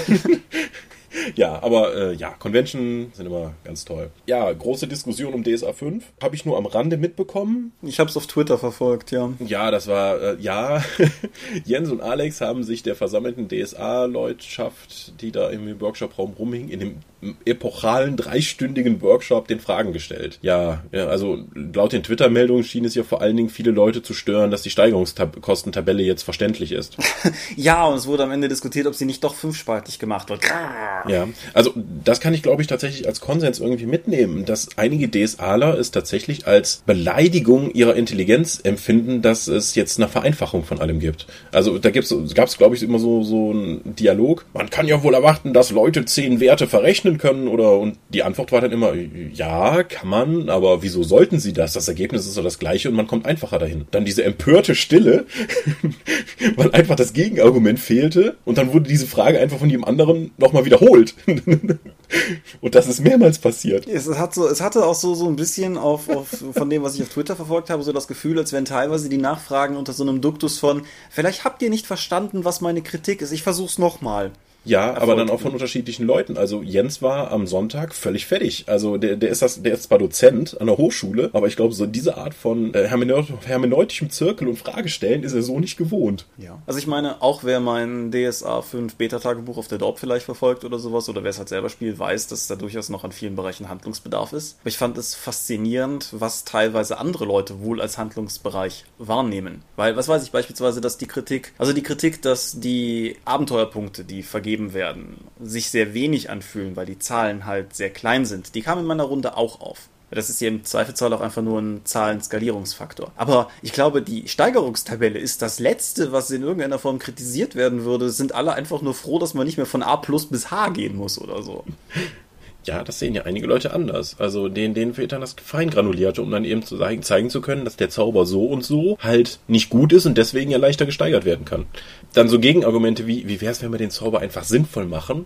Ja, aber Convention sind immer ganz toll. Ja, große Diskussion um DSA 5. Habe ich nur am Rande mitbekommen.
Ich habe es auf Twitter verfolgt, ja.
Ja, das war, Jens und Alex haben sich der versammelten DSA-Leutschaft, die da im Workshop-Raum rumhing, in dem epochalen 3-stündigen Workshop den Fragen gestellt. Ja, also laut den Twitter-Meldungen schien es ja vor allen Dingen viele Leute zu stören, dass die Steigerungskostentabelle jetzt verständlich ist.
Ja, und es wurde am Ende diskutiert, ob sie nicht doch 5-spaltig gemacht wird.
Ja, also das kann ich, glaube ich, tatsächlich als Konsens irgendwie mitnehmen, dass einige DSAler es tatsächlich als Beleidigung ihrer Intelligenz empfinden, dass es jetzt eine Vereinfachung von allem gibt. Also da gab es, glaube ich, immer so einen Dialog. Man kann ja wohl erwarten, dass Leute 10 Werte verrechnen können und die Antwort war dann immer, ja, kann man, aber wieso sollten sie das? Das Ergebnis ist doch das gleiche und man kommt einfacher dahin. Dann diese empörte Stille, weil einfach das Gegenargument fehlte und dann wurde diese Frage einfach von jedem anderen nochmal wiederholt. Und das ist mehrmals passiert.
Es hatte auch so ein bisschen von dem, was ich auf Twitter verfolgt habe, so das Gefühl, als wenn teilweise die Nachfragen unter so einem Duktus von, vielleicht habt ihr nicht verstanden, was meine Kritik ist, ich versuch's nochmal.
Ja, aber dann auch von unterschiedlichen Leuten. Also Jens war am Sonntag völlig fertig. Also der ist zwar Dozent an der Hochschule, aber ich glaube, so diese Art von hermeneutischem Zirkel und Fragestellen ist er so nicht gewohnt.
Ja. Also ich meine, auch wer mein DSA 5 Beta-Tagebuch auf der Dorp vielleicht verfolgt oder sowas, oder wer es halt selber spielt, weiß, dass da durchaus noch an vielen Bereichen Handlungsbedarf ist. Aber ich fand es faszinierend, was teilweise andere Leute wohl als Handlungsbereich wahrnehmen. Weil, was weiß ich, beispielsweise, dass die Kritik, dass die Abenteuerpunkte, die vergeben werden, sich sehr wenig anfühlen, weil die Zahlen halt sehr klein sind. Die kamen in meiner Runde auch auf. Das ist ja im Zweifelsfall auch einfach nur ein Zahlenskalierungsfaktor. Aber ich glaube, die Steigerungstabelle ist das Letzte, was in irgendeiner Form kritisiert werden würde. Es sind alle einfach nur froh, dass man nicht mehr von A+ bis H gehen muss oder so.
Ja, das sehen ja einige Leute anders. Also denen fehlt dann das Feingranulierte, um dann eben zeigen zu können, dass der Zauber so und so halt nicht gut ist und deswegen ja leichter gesteigert werden kann. Dann so Gegenargumente wie wäre es, wenn wir den Zauber einfach sinnvoll machen?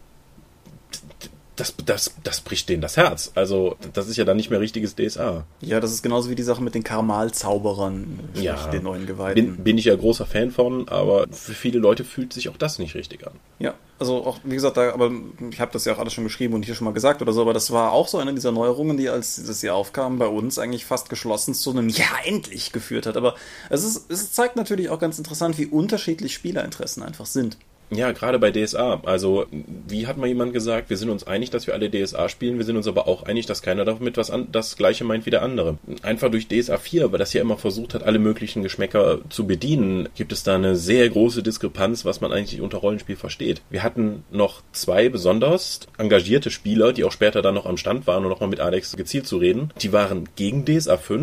Das bricht denen das Herz. Also, das ist ja dann nicht mehr richtiges DSA.
Ja, das ist genauso wie die Sache mit den Karmal-Zauberern, den neuen Geweihten.
Bin ich ja großer Fan von, aber für viele Leute fühlt sich auch das nicht richtig an.
Ja, also auch, wie gesagt, aber ich habe das ja auch alles schon geschrieben und hier schon mal gesagt oder so, aber das war auch so eine dieser Neuerungen, die, als das hier aufkam, bei uns eigentlich fast geschlossen zu einem Ja, endlich geführt hat. Aber es zeigt natürlich auch ganz interessant, wie unterschiedlich Spielerinteressen einfach sind.
Ja, gerade bei DSA. Also, wie hat mal jemand gesagt, wir sind uns einig, dass wir alle DSA spielen, wir sind uns aber auch einig, dass keiner damit das Gleiche meint wie der andere. Einfach durch DSA 4, weil das ja immer versucht hat, alle möglichen Geschmäcker zu bedienen, gibt es da eine sehr große Diskrepanz, was man eigentlich unter Rollenspiel versteht. Wir hatten noch 2 besonders engagierte Spieler, die auch später dann noch am Stand waren, um nochmal mit Alex gezielt zu reden. Die waren gegen DSA 5.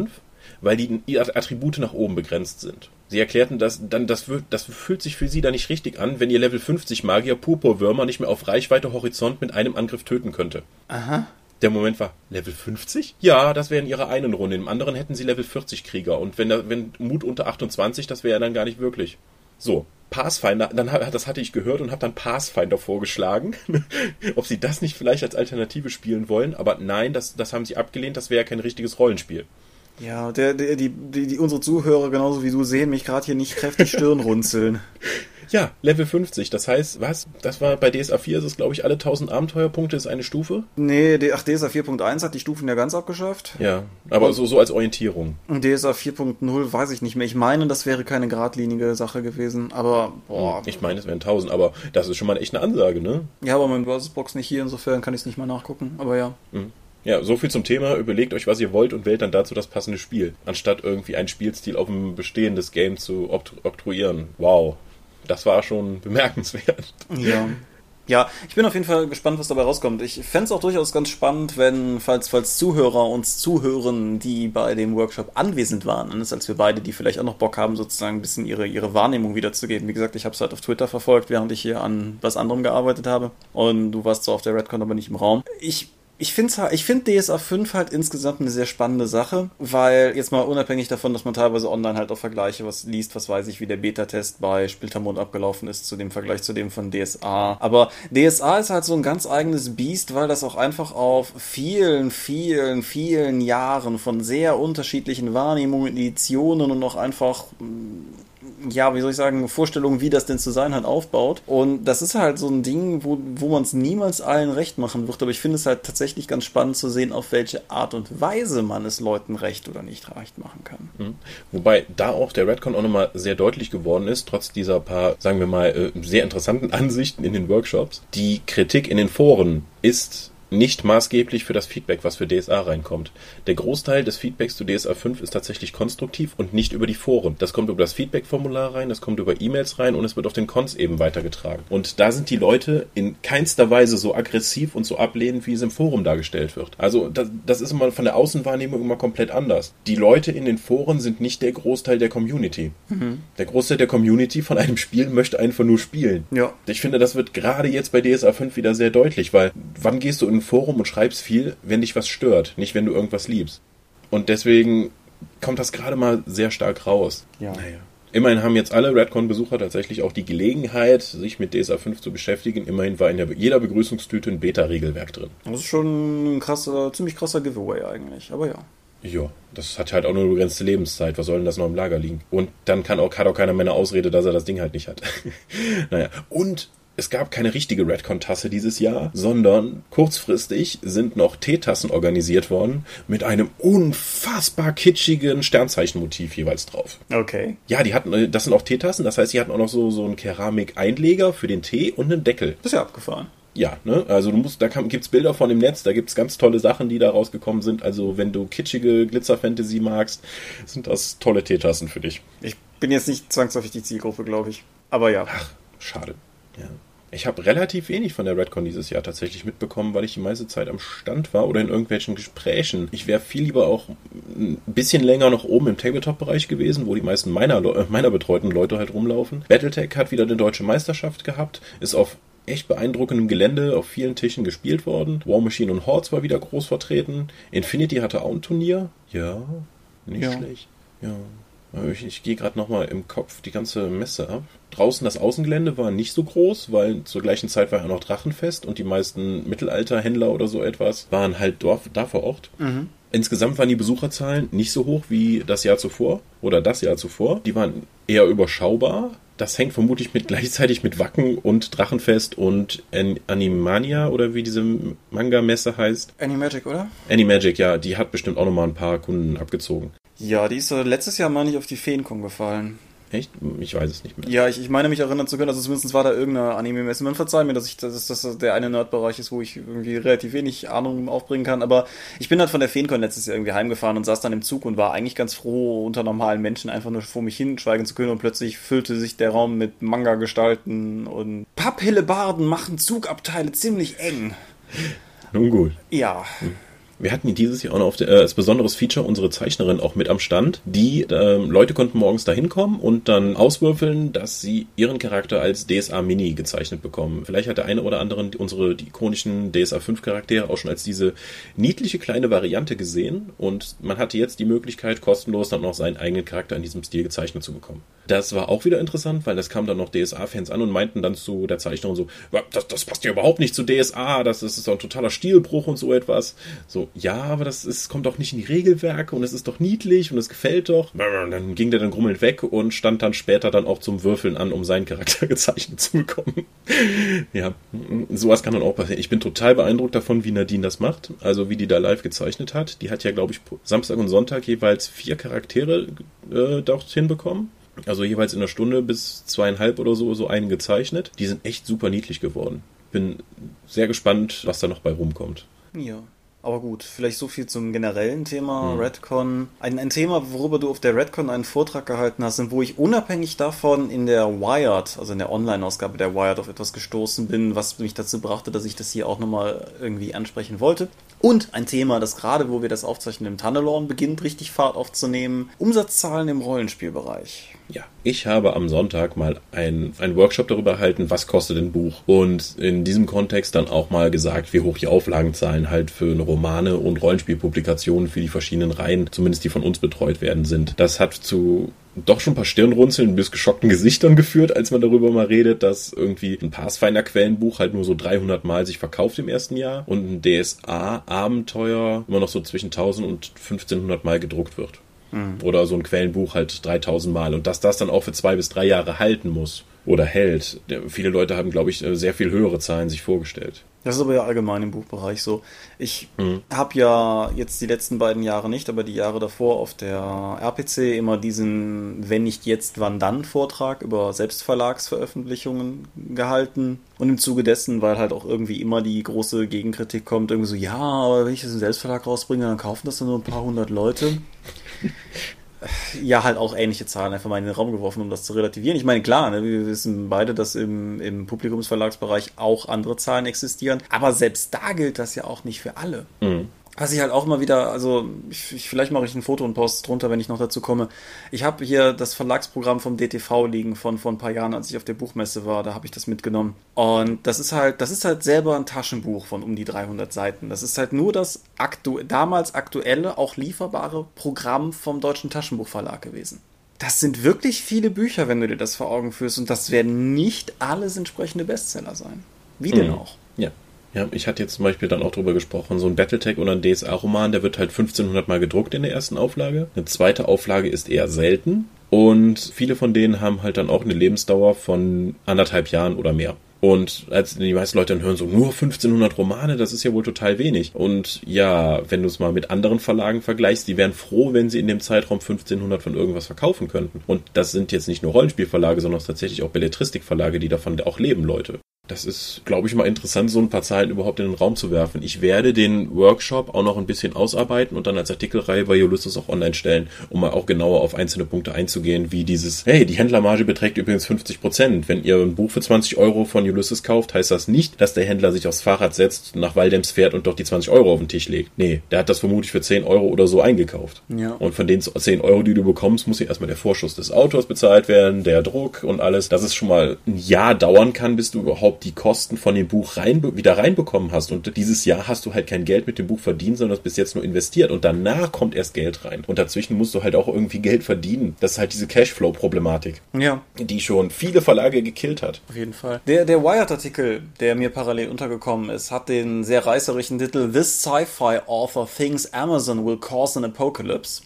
weil die Attribute nach oben begrenzt sind. Sie erklärten, das fühlt sich für sie da nicht richtig an, wenn ihr Level 50 Magier Purpurwürmer nicht mehr auf Reichweite Horizont mit einem Angriff töten könnte.
Aha.
Der Moment war, Level 50? Ja, das wäre in ihrer einen Runde. Im anderen hätten sie Level 40 Krieger. Und wenn Mut unter 28, das wäre ja dann gar nicht wirklich. So, Pathfinder, das hatte ich gehört und habe dann Pathfinder vorgeschlagen, ob sie das nicht vielleicht als Alternative spielen wollen. Aber nein, das haben sie abgelehnt, das wäre ja kein richtiges Rollenspiel.
Ja, unsere Zuhörer, genauso wie du, sehen mich gerade hier nicht kräftig Stirn runzeln.
Ja, Level 50, das heißt, was? Das war bei DSA 4, ist es, glaube ich, alle 1000 Abenteuerpunkte ist eine Stufe?
Nee, DSA 4.1 hat die Stufen ja ganz abgeschafft.
Ja, aber so als Orientierung.
Und DSA 4.0 weiß ich nicht mehr. Ich meine, das wäre keine geradlinige Sache gewesen, aber boah.
Ich meine, es wären 1000, aber das ist schon mal echt eine Ansage, ne?
Ja, aber mein Versusbox nicht hier, insofern kann ich es nicht mal nachgucken, aber ja.
Ja, so viel zum Thema. Überlegt euch, was ihr wollt und wählt dann dazu das passende Spiel, anstatt irgendwie einen Spielstil auf ein bestehendes Game zu oktroyieren. Wow. Das war schon bemerkenswert.
Ja. Ja, ich bin auf jeden Fall gespannt, was dabei rauskommt. Ich fände es auch durchaus ganz spannend, wenn, falls Zuhörer uns zuhören, die bei dem Workshop anwesend waren, anders als wir beide, die vielleicht auch noch Bock haben, sozusagen ein bisschen ihre Wahrnehmung wiederzugeben. Wie gesagt, ich habe es halt auf Twitter verfolgt, während ich hier an was anderem gearbeitet habe. Und du warst zwar auf der Redcon, aber nicht im Raum. Ich finde DSA 5 halt insgesamt eine sehr spannende Sache, weil jetzt mal unabhängig davon, dass man teilweise online halt auch Vergleiche liest, was weiß ich, wie der Beta-Test bei Splittermond abgelaufen ist, zu dem Vergleich zu dem von DSA. Aber DSA ist halt so ein ganz eigenes Biest, weil das auch einfach auf vielen, vielen, vielen Jahren von sehr unterschiedlichen Wahrnehmungen, Editionen und auch einfach, ja, wie soll ich sagen, Vorstellungen, wie das denn zu sein hat, aufbaut. Und das ist halt so ein Ding, wo man es niemals allen recht machen wird. Aber ich finde es halt tatsächlich ganz spannend zu sehen, auf welche Art und Weise man es Leuten recht oder nicht recht machen kann.
Wobei da auch der Redcon auch nochmal sehr deutlich geworden ist, trotz dieser paar, sagen wir mal, sehr interessanten Ansichten in den Workshops. Die Kritik in den Foren ist nicht maßgeblich für das Feedback, was für DSA reinkommt. Der Großteil des Feedbacks zu DSA 5 ist tatsächlich konstruktiv und nicht über die Foren. Das kommt über das Feedback-Formular rein, das kommt über E-Mails rein und es wird auf den Cons eben weitergetragen. Und da sind die Leute in keinster Weise so aggressiv und so ablehnend, wie es im Forum dargestellt wird. Also das ist immer von der Außenwahrnehmung immer komplett anders. Die Leute in den Foren sind nicht der Großteil der Community. Der Großteil der Community von einem Spiel möchte einfach nur spielen.
Ja.
Ich finde, das wird gerade jetzt bei DSA 5 wieder sehr deutlich, weil wann gehst du in ein Forum und schreibst viel, wenn dich was stört, nicht wenn du irgendwas liebst. Und deswegen kommt das gerade mal sehr stark raus.
Ja.
Naja. Immerhin haben jetzt alle Redcon-Besucher tatsächlich auch die Gelegenheit, sich mit DSA 5 zu beschäftigen. Immerhin war in jeder Begrüßungstüte ein Beta-Regelwerk drin.
Das ist schon ein ziemlich krasser Giveaway eigentlich, aber ja.
Ja, das hat halt auch nur eine begrenzte Lebenszeit. Was soll denn das noch im Lager liegen? Und dann hat auch keiner mehr eine Ausrede, dass er das Ding halt nicht hat. Naja, und es gab keine richtige Redcon-Tasse dieses Jahr, sondern kurzfristig sind noch Teetassen organisiert worden mit einem unfassbar kitschigen Sternzeichenmotiv jeweils drauf.
Okay.
Ja, das sind auch Teetassen, das heißt, die hatten auch noch so einen Keramik-Einleger für den Tee und einen Deckel.
Das ist ja abgefahren.
Ja, ne, also gibt's Bilder von im Netz, da gibt's ganz tolle Sachen, die da rausgekommen sind. Also wenn du kitschige Glitzer-Fantasy magst, sind das tolle Teetassen für dich.
Ich bin jetzt nicht zwangsläufig die Zielgruppe, glaube ich. Aber ja.
Ach, schade. Ja. Ich habe relativ wenig von der Redcon dieses Jahr tatsächlich mitbekommen, weil ich die meiste Zeit am Stand war oder in irgendwelchen Gesprächen. Ich wäre viel lieber auch ein bisschen länger noch oben im Tabletop-Bereich gewesen, wo die meisten meiner betreuten Leute halt rumlaufen. Battletech hat wieder eine deutsche Meisterschaft gehabt, ist auf echt beeindruckendem Gelände auf vielen Tischen gespielt worden. War Machine und Hordes war wieder groß vertreten. Infinity hatte auch ein Turnier. Ja, nicht schlecht. Ja. Ich gehe gerade nochmal im Kopf die ganze Messe ab. Draußen das Außengelände war nicht so groß, weil zur gleichen Zeit war ja noch Drachenfest und die meisten Mittelalterhändler oder so etwas waren halt da vor Ort. Insgesamt waren die Besucherzahlen nicht so hoch wie das Jahr zuvor. Die waren eher überschaubar. Das hängt vermutlich gleichzeitig mit Wacken und Drachenfest und Animania oder wie diese Manga-Messe heißt.
Animagic, oder?
Animagic, ja. Die hat bestimmt auch nochmal ein paar Kunden abgezogen.
Ja, die ist letztes Jahr, meine ich, auf die Feenkon gefallen.
Echt? Ich weiß es nicht mehr.
Ja, ich meine mich erinnern zu können, also zumindest war da irgendeine Anime-Messe. Man verzeiht mir, dass das der eine Nerdbereich ist, wo ich irgendwie relativ wenig Ahnung aufbringen kann, aber ich bin halt von der Feenkon letztes Jahr irgendwie heimgefahren und saß dann im Zug und war eigentlich ganz froh, unter normalen Menschen einfach nur vor mich hinschweigen zu können und plötzlich füllte sich der Raum mit Manga-Gestalten und Papphillebarden machen Zugabteile ziemlich eng.
Nun gut.
Ja.
Wir hatten dieses Jahr auch noch als besonderes Feature unsere Zeichnerin auch mit am Stand. Die Leute konnten morgens da hinkommen und dann auswürfeln, dass sie ihren Charakter als DSA Mini gezeichnet bekommen. Vielleicht hat der eine oder andere die ikonischen DSA 5 Charaktere auch schon als diese niedliche kleine Variante gesehen und man hatte jetzt die Möglichkeit, kostenlos dann noch seinen eigenen Charakter in diesem Stil gezeichnet zu bekommen. Das war auch wieder interessant, weil das kam dann noch DSA-Fans an und meinten dann zu der Zeichnerin so, das passt ja überhaupt nicht zu DSA, das ist doch ein totaler Stilbruch und so etwas. So, ja, aber kommt doch nicht in die Regelwerke und es ist doch niedlich und es gefällt doch. Dann ging der dann grummelnd weg und stand dann später dann auch zum Würfeln an, um seinen Charakter gezeichnet zu bekommen. Ja, sowas kann dann auch passieren. Ich bin total beeindruckt davon, wie Nadine das macht, also wie die da live gezeichnet hat. Die hat ja, glaube ich, Samstag und Sonntag jeweils 4 Charaktere dorthin bekommen. Also jeweils in einer Stunde bis 2,5 oder so einen gezeichnet. Die sind echt super niedlich geworden. Bin sehr gespannt, was da noch bei rumkommt.
Ja. Aber gut, vielleicht so viel zum generellen Thema Redcon. Ein Thema, worüber du auf der Redcon einen Vortrag gehalten hast und wo ich unabhängig davon in der Wired, also in der Online-Ausgabe der Wired, auf etwas gestoßen bin, was mich dazu brachte, dass ich das hier auch nochmal irgendwie ansprechen wollte. Und ein Thema, das gerade, wo wir das aufzeichnen, im Tunnelorn beginnt, richtig Fahrt aufzunehmen. Umsatzzahlen im Rollenspielbereich.
Ja, ich habe am Sonntag mal einen Workshop darüber erhalten, was kostet ein Buch. Und in diesem Kontext dann auch mal gesagt, wie hoch die Auflagenzahlen halt für eine Romane und Rollenspielpublikationen für die verschiedenen Reihen, zumindest die von uns betreut werden, sind. Das hat zu doch schon ein paar Stirnrunzeln bis geschockten Gesichtern geführt, als man darüber mal redet, dass irgendwie ein Pathfinder-Quellenbuch halt nur so 300 Mal sich verkauft im ersten Jahr und ein DSA-Abenteuer immer noch so zwischen 1000 und 1500 Mal gedruckt wird. Oder so ein Quellenbuch halt 3000 Mal und dass das dann auch für 2 bis 3 Jahre halten muss oder hält. Viele Leute haben, glaube ich, sehr viel höhere Zahlen sich vorgestellt.
Das ist aber ja allgemein im Buchbereich so. Ich habe ja jetzt die letzten beiden Jahre nicht, aber die Jahre davor auf der RPC immer diesen Wenn nicht jetzt, wann dann Vortrag über Selbstverlagsveröffentlichungen gehalten. Und im Zuge dessen, weil halt auch irgendwie immer die große Gegenkritik kommt, irgendwie so, ja, aber wenn ich das im Selbstverlag rausbringe, dann kaufen das dann nur ein paar hundert Leute. Ja, halt auch ähnliche Zahlen einfach mal in den Raum geworfen, um das zu relativieren. Ich meine, klar, ne, wir wissen beide, dass im Publikumsverlagsbereich auch andere Zahlen existieren, aber selbst da gilt das ja auch nicht für alle. Was ich halt auch immer wieder, also vielleicht mache ich ein Foto und poste drunter, wenn ich noch dazu komme. Ich habe hier das Verlagsprogramm vom DTV liegen von vor ein paar Jahren, als ich auf der Buchmesse war, da habe ich das mitgenommen. Und das ist halt selber ein Taschenbuch von um die 300 Seiten. Das ist halt nur das damals aktuelle, auch lieferbare Programm vom Deutschen Taschenbuchverlag gewesen. Das sind wirklich viele Bücher, wenn du dir das vor Augen führst, und das werden nicht alles entsprechende Bestseller sein. Wie denn auch?
Ja. Ja, ich hatte jetzt zum Beispiel dann auch drüber gesprochen, so ein Battletech oder ein DSA-Roman, der wird halt 1500 Mal gedruckt in der ersten Auflage. Eine zweite Auflage ist eher selten und viele von denen haben halt dann auch eine Lebensdauer von 1,5 Jahren oder mehr. Und als die meisten Leute dann hören, so nur 1500 Romane, das ist ja wohl total wenig. Und ja, wenn du es mal mit anderen Verlagen vergleichst, die wären froh, wenn sie in dem Zeitraum 1500 von irgendwas verkaufen könnten. Und das sind jetzt nicht nur Rollenspielverlage, sondern tatsächlich auch Belletristikverlage, die davon auch leben, Leute. Das ist, glaube ich, mal interessant, so ein paar Zahlen überhaupt in den Raum zu werfen. Ich werde den Workshop auch noch ein bisschen ausarbeiten und dann als Artikelreihe bei Ulysses auch online stellen, um mal auch genauer auf einzelne Punkte einzugehen, wie dieses, hey, die Händlermarge beträgt übrigens 50%. Wenn ihr ein Buch für 20 Euro von Ulysses kauft, heißt das nicht, dass der Händler sich aufs Fahrrad setzt, nach Waldems fährt und dort die 20 Euro auf den Tisch legt. Nee, der hat das vermutlich für 10 Euro oder so eingekauft. Ja. Und von den 10 Euro, die du bekommst, muss hier erstmal der Vorschuss des Autors bezahlt werden, der Druck und alles. Dass es schon mal ein Jahr dauern kann, bis du überhaupt die Kosten von dem Buch wieder reinbekommen hast. Und dieses Jahr hast du halt kein Geld mit dem Buch verdient, sondern hast bis jetzt nur investiert. Und danach kommt erst Geld rein. Und dazwischen musst du halt auch irgendwie Geld verdienen. Das ist halt diese Cashflow-Problematik. Ja. Die schon viele Verlage gekillt hat.
Auf jeden Fall. Der Wired-Artikel, der mir parallel untergekommen ist, hat den sehr reißerischen Titel This Sci-Fi Author Thinks Amazon Will Cause an Apocalypse.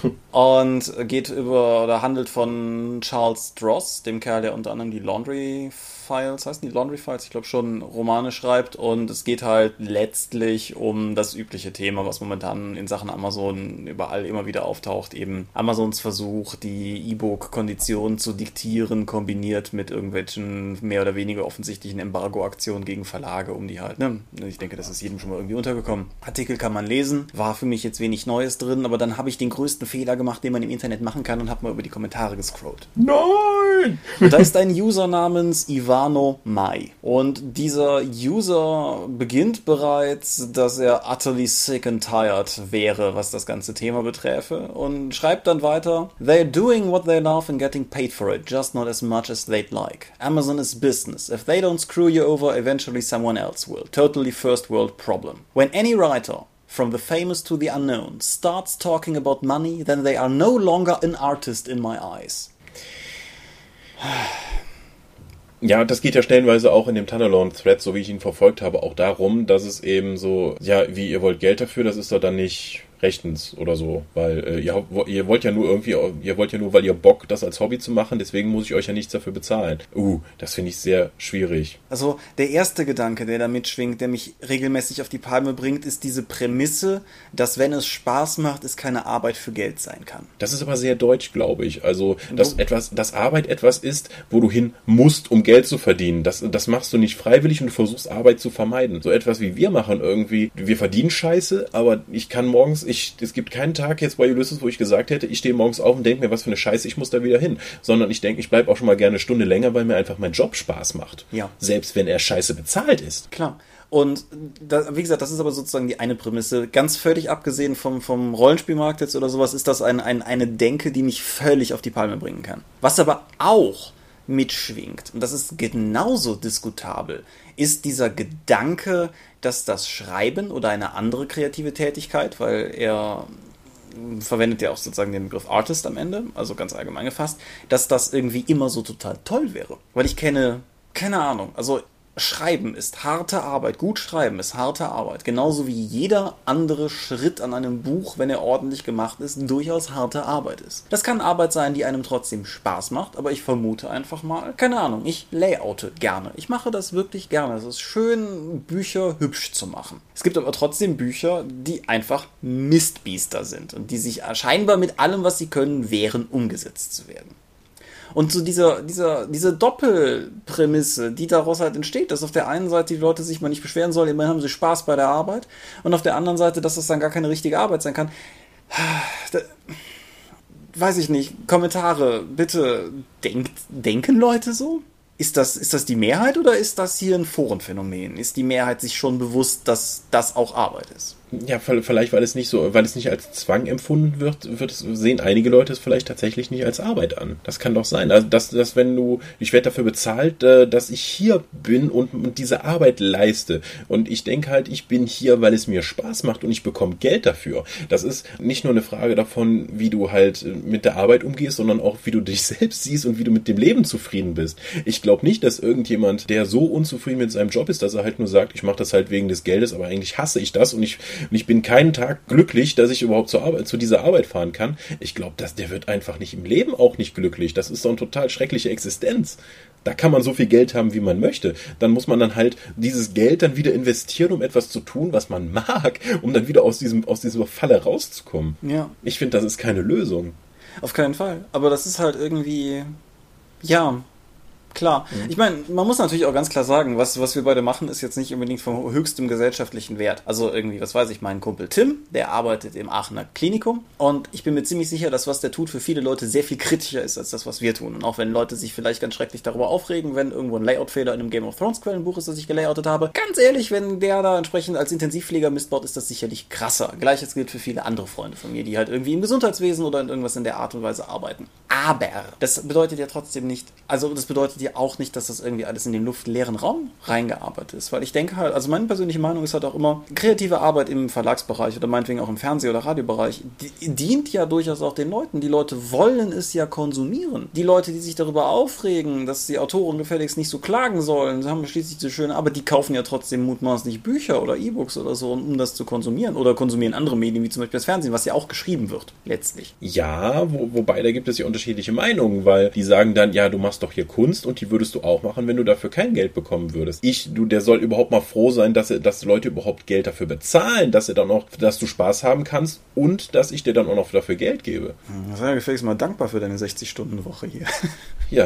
Und handelt von Charles Stross, dem Kerl, der unter anderem die Laundry Files, heißen die Laundry Files? Ich glaube schon, Romane schreibt, und es geht halt letztlich um das übliche Thema, was momentan in Sachen Amazon überall immer wieder auftaucht, eben Amazons Versuch, die E-Book-Konditionen zu diktieren, kombiniert mit irgendwelchen mehr oder weniger offensichtlichen Embargo-Aktionen gegen Verlage, um die halt, ne? Ich denke, das ist jedem schon mal irgendwie untergekommen. Artikel kann man lesen, war für mich jetzt wenig Neues drin, aber dann habe ich den größten Fehler gemacht, den man im Internet machen kann, und habe mal über die Kommentare gescrollt.
Nein! schön.
Und da ist ein User namens Ivano Mai. Und dieser User beginnt bereits, dass er utterly sick and tired wäre, was das ganze Thema beträfe. Und schreibt dann weiter: They're doing what they love and getting paid for it, just not as much as they'd like. Amazon is business. If they don't screw you over, eventually someone else will. Totally first world problem. When any writer, from the famous to the unknown, starts talking about money, then they are no longer an artist in my eyes.
Ja, das geht ja stellenweise auch in dem Tunnelon-Thread, so wie ich ihn verfolgt habe, auch darum, dass es eben so, ja, wie ihr wollt Geld dafür, das ist doch dann nicht rechtens oder so, weil ihr wollt ja nur, weil ihr Bock, das als Hobby zu machen, deswegen muss ich euch ja nichts dafür bezahlen. Das finde ich sehr schwierig.
Also der erste Gedanke, der da mitschwingt, der mich regelmäßig auf die Palme bringt, ist diese Prämisse, dass wenn es Spaß macht, es keine Arbeit für Geld sein kann.
Das ist aber sehr deutsch, glaube ich. Also, dass Arbeit etwas ist, wo du hin musst, um Geld zu verdienen. Das machst du nicht freiwillig und du versuchst Arbeit zu vermeiden. So etwas wie wir machen irgendwie. Wir verdienen Scheiße, aber ich kann morgens, es gibt keinen Tag jetzt bei Ulysses, wo ich gesagt hätte, ich stehe morgens auf und denke mir, was für eine Scheiße, ich muss da wieder hin. Sondern ich denke, ich bleibe auch schon mal gerne eine Stunde länger, weil mir einfach mein Job Spaß macht.
Ja.
Selbst wenn er scheiße bezahlt ist.
Klar. Und wie gesagt, das ist aber sozusagen die eine Prämisse. Ganz völlig abgesehen vom Rollenspielmarkt jetzt oder sowas, ist das eine Denke, die mich völlig auf die Palme bringen kann. Was aber auch mitschwingt, und das ist genauso diskutabel, ist dieser Gedanke, dass das Schreiben oder eine andere kreative Tätigkeit, weil er verwendet ja auch sozusagen den Begriff Artist am Ende, also ganz allgemein gefasst, dass das irgendwie immer so total toll wäre. Weil ich keine Ahnung, also Schreiben ist harte Arbeit, gut schreiben ist harte Arbeit, genauso wie jeder andere Schritt an einem Buch, wenn er ordentlich gemacht ist, durchaus harte Arbeit ist. Das kann Arbeit sein, die einem trotzdem Spaß macht, aber ich vermute einfach mal, keine Ahnung, ich layoute gerne. Ich mache das wirklich gerne. Es ist schön, Bücher hübsch zu machen. Es gibt aber trotzdem Bücher, die einfach Mistbiester sind und die sich scheinbar mit allem, was sie können, wehren, umgesetzt zu werden. Und so diese Doppelprämisse, die daraus halt entsteht, dass auf der einen Seite die Leute sich mal nicht beschweren sollen, immerhin haben sie Spaß bei der Arbeit, und auf der anderen Seite, dass das dann gar keine richtige Arbeit sein kann. Weiß ich nicht. Kommentare, bitte. Denken Leute so? Ist das die Mehrheit oder ist das hier ein Forenphänomen? Ist die Mehrheit sich schon bewusst, dass das auch Arbeit ist?
Ja, vielleicht, weil es nicht als Zwang empfunden wird, sehen einige Leute es vielleicht tatsächlich nicht als Arbeit an. Das kann doch sein. Also, dass wenn ich werde dafür bezahlt, dass ich hier bin und diese Arbeit leiste. Und ich denke halt, ich bin hier, weil es mir Spaß macht und ich bekomme Geld dafür. Das ist nicht nur eine Frage davon, wie du halt mit der Arbeit umgehst, sondern auch, wie du dich selbst siehst und wie du mit dem Leben zufrieden bist. Ich glaube nicht, dass irgendjemand, der so unzufrieden mit seinem Job ist, dass er halt nur sagt, ich mache das halt wegen des Geldes, aber eigentlich hasse ich das und ich bin keinen Tag glücklich, dass ich überhaupt zu dieser Arbeit fahren kann. Ich glaube, der wird einfach nicht im Leben auch nicht glücklich. Das ist so eine total schreckliche Existenz. Da kann man so viel Geld haben, wie man möchte. Dann muss man dann halt dieses Geld dann wieder investieren, um etwas zu tun, was man mag, um dann wieder aus dieser Falle rauszukommen.
Ja.
Ich finde, das ist keine Lösung.
Auf keinen Fall. Aber das ist halt irgendwie, ja, klar. Ich meine, man muss natürlich auch ganz klar sagen, was wir beide machen, ist jetzt nicht unbedingt von höchstem gesellschaftlichen Wert. Also irgendwie, was weiß ich, mein Kumpel Tim, der arbeitet im Aachener Klinikum und ich bin mir ziemlich sicher, dass was der tut für viele Leute sehr viel kritischer ist als das, was wir tun. Und auch wenn Leute sich vielleicht ganz schrecklich darüber aufregen, wenn irgendwo ein Layout-Fehler in einem Game of Thrones Quellenbuch ist, das ich gelayoutet habe, ganz ehrlich, wenn der da entsprechend als Intensivpfleger Mist baut, ist das sicherlich krasser. Gleiches gilt für viele andere Freunde von mir, die halt irgendwie im Gesundheitswesen oder in irgendwas in der Art und Weise arbeiten. Aber das bedeutet ja trotzdem nicht, also das bedeutet ja auch nicht, dass das irgendwie alles in den luftleeren Raum reingearbeitet ist, weil ich denke halt, also meine persönliche Meinung ist halt auch immer, kreative Arbeit im Verlagsbereich oder meinetwegen auch im Fernseh- oder Radiobereich dient ja durchaus auch den Leuten. Die Leute wollen es ja konsumieren. Die Leute, die sich darüber aufregen, dass die Autoren gefälligst nicht so klagen sollen, sie haben schließlich so schöne, aber die kaufen ja trotzdem mutmaßlich Bücher oder E-Books oder so, um das zu konsumieren, oder konsumieren andere Medien, wie zum Beispiel das Fernsehen, was ja auch geschrieben wird, letztlich.
Ja, wobei da gibt es ja unterschiedliche Meinungen, weil die sagen dann, ja, du machst doch hier Kunst und die würdest du auch machen, wenn du dafür kein Geld bekommen würdest. Der soll überhaupt mal froh sein, dass Leute überhaupt Geld dafür bezahlen, dass du Spaß haben kannst und dass ich dir dann auch noch dafür Geld gebe.
Sei ja gefälligst mal dankbar für deine 60-Stunden-Woche hier.
Ja.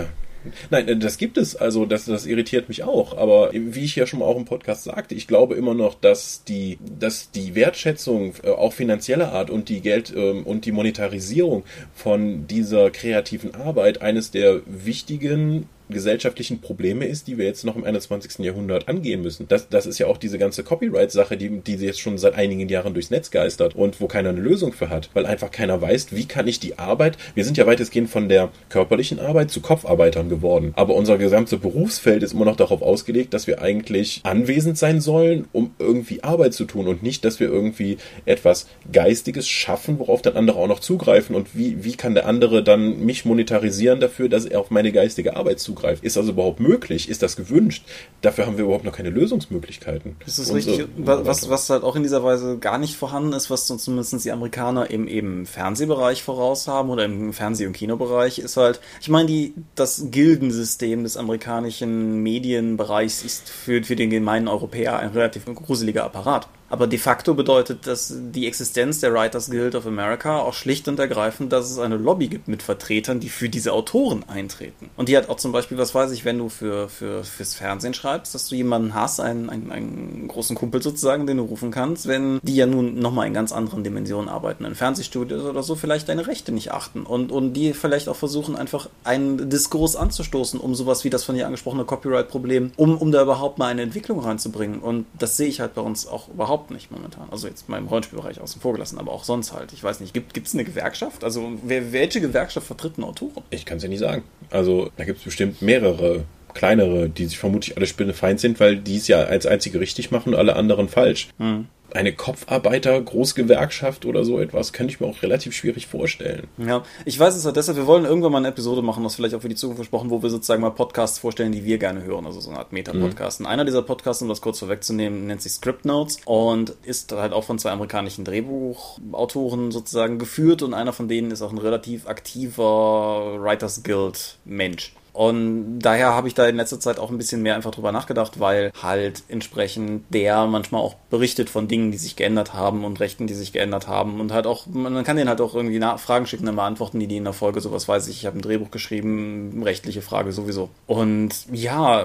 Nein, das gibt es. Also das irritiert mich auch. Aber wie ich ja schon mal auch im Podcast sagte, ich glaube immer noch, dass die Wertschätzung auch finanzieller Art und die und die Monetarisierung von dieser kreativen Arbeit eines der wichtigen gesellschaftlichen Probleme ist, die wir jetzt noch im 21. Jahrhundert angehen müssen. Das ist ja auch diese ganze Copyright-Sache, die jetzt schon seit einigen Jahren durchs Netz geistert und wo keiner eine Lösung für hat, weil einfach keiner weiß, wie kann ich die Arbeit, wir sind ja weitestgehend von der körperlichen Arbeit zu Kopfarbeitern geworden, aber unser gesamtes Berufsfeld ist immer noch darauf ausgelegt, dass wir eigentlich anwesend sein sollen, um irgendwie Arbeit zu tun und nicht, dass wir irgendwie etwas Geistiges schaffen, worauf dann andere auch noch zugreifen und wie kann der andere dann mich monetarisieren dafür, dass er auf meine geistige Arbeit zugreift. Ist das überhaupt möglich? Ist das gewünscht? Dafür haben wir überhaupt noch keine Lösungsmöglichkeiten.
Das ist richtig. Was halt auch in dieser Weise gar nicht vorhanden ist, was zumindest die Amerikaner im Fernsehbereich voraus haben oder im Fernseh- und Kinobereich, ist halt, ich meine, das Gildensystem des amerikanischen Medienbereichs ist für den gemeinen Europäer ein relativ gruseliger Apparat. Aber de facto bedeutet das die Existenz der Writers Guild of America auch schlicht und ergreifend, dass es eine Lobby gibt mit Vertretern, die für diese Autoren eintreten. Und die hat auch zum Beispiel, was weiß ich, wenn du fürs Fernsehen schreibst, dass du jemanden hast, einen großen Kumpel sozusagen, den du rufen kannst, wenn die ja nun nochmal in ganz anderen Dimensionen arbeiten, in Fernsehstudios oder so, vielleicht deine Rechte nicht achten und die vielleicht auch versuchen, einfach einen Diskurs anzustoßen, um sowas wie das von dir angesprochene Copyright-Problem, um da überhaupt mal eine Entwicklung reinzubringen. Und das sehe ich halt bei uns auch überhaupt nicht momentan. Also jetzt mal im Rollenspielbereich außen vor gelassen, aber auch sonst halt. Ich weiß nicht, gibt es eine Gewerkschaft? Also welche Gewerkschaft vertritt einen Autoren?
Ich kann es ja nicht sagen. Also da gibt es bestimmt mehrere kleinere, die sich vermutlich alle spinnefeind sind, weil die es ja als einzige richtig machen und alle anderen falsch. Eine Kopfarbeiter-Großgewerkschaft oder so etwas könnte ich mir auch relativ schwierig vorstellen.
Ja, ich weiß es halt deshalb, wir wollen irgendwann mal eine Episode machen, das vielleicht auch für die Zukunft versprochen, wo wir sozusagen mal Podcasts vorstellen, die wir gerne hören, also so eine Art Meta-Podcast. Und einer dieser Podcasts, um das kurz vorwegzunehmen, nennt sich Script Notes und ist halt auch von 2 amerikanischen Drehbuchautoren sozusagen geführt und einer von denen ist auch ein relativ aktiver Writers Guild Mensch. Und daher habe ich da in letzter Zeit auch ein bisschen mehr einfach drüber nachgedacht, weil halt entsprechend der manchmal auch berichtet von Dingen, die sich geändert haben und Rechten, die sich geändert haben und halt auch, man kann denen halt auch irgendwie Fragen schicken, dann beantworten die in der Folge, sowas weiß ich habe ein Drehbuch geschrieben, rechtliche Frage sowieso. Und ja,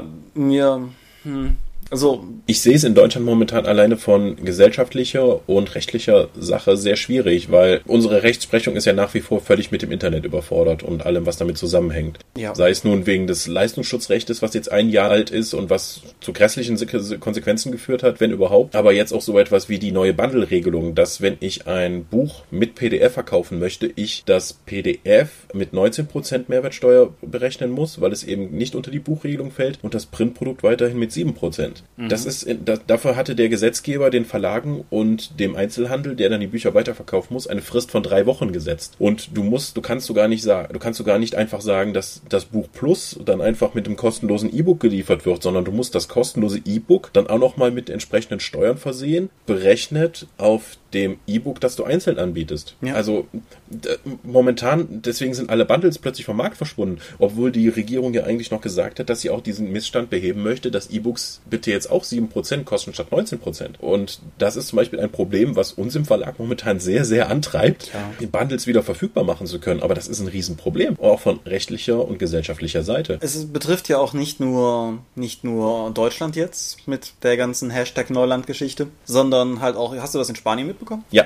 ich sehe es in Deutschland momentan alleine von gesellschaftlicher und rechtlicher Sache sehr schwierig, weil unsere Rechtsprechung ist ja nach wie vor völlig mit dem Internet überfordert und allem, was damit zusammenhängt.
Ja.
Sei es nun wegen des Leistungsschutzrechtes, was jetzt 1 Jahr alt ist und was zu grässlichen Konsequenzen geführt hat, wenn überhaupt, aber jetzt auch so etwas wie die neue Bundle-Regelung, dass wenn ich ein Buch mit PDF verkaufen möchte, ich das PDF mit 19% Mehrwertsteuer berechnen muss, weil es eben nicht unter die Buchregelung fällt und das Printprodukt weiterhin mit 7%. Dafür hatte der Gesetzgeber den Verlagen und dem Einzelhandel, der dann die Bücher weiterverkaufen muss, eine Frist von 3 Wochen gesetzt. Und du kannst sogar nicht einfach sagen, dass das Buch Plus dann einfach mit dem kostenlosen E-Book geliefert wird, sondern du musst das kostenlose E-Book dann auch nochmal mit entsprechenden Steuern versehen, berechnet auf dem E-Book, das du einzeln anbietest. Ja. Also momentan, deswegen sind alle Bundles plötzlich vom Markt verschwunden, obwohl die Regierung ja eigentlich noch gesagt hat, dass sie auch diesen Missstand beheben möchte, dass E-Books bitte jetzt auch 7% kosten statt 19%. Und das ist zum Beispiel ein Problem, was uns im Verlag momentan sehr, sehr antreibt, die Bundles wieder verfügbar machen zu können. Aber das ist ein Riesenproblem, auch von rechtlicher und gesellschaftlicher Seite.
Es betrifft ja auch nicht nur Deutschland jetzt mit der ganzen Hashtag-Neuland-Geschichte, sondern halt auch, hast du das in Spanien mitbekommen?
Ja,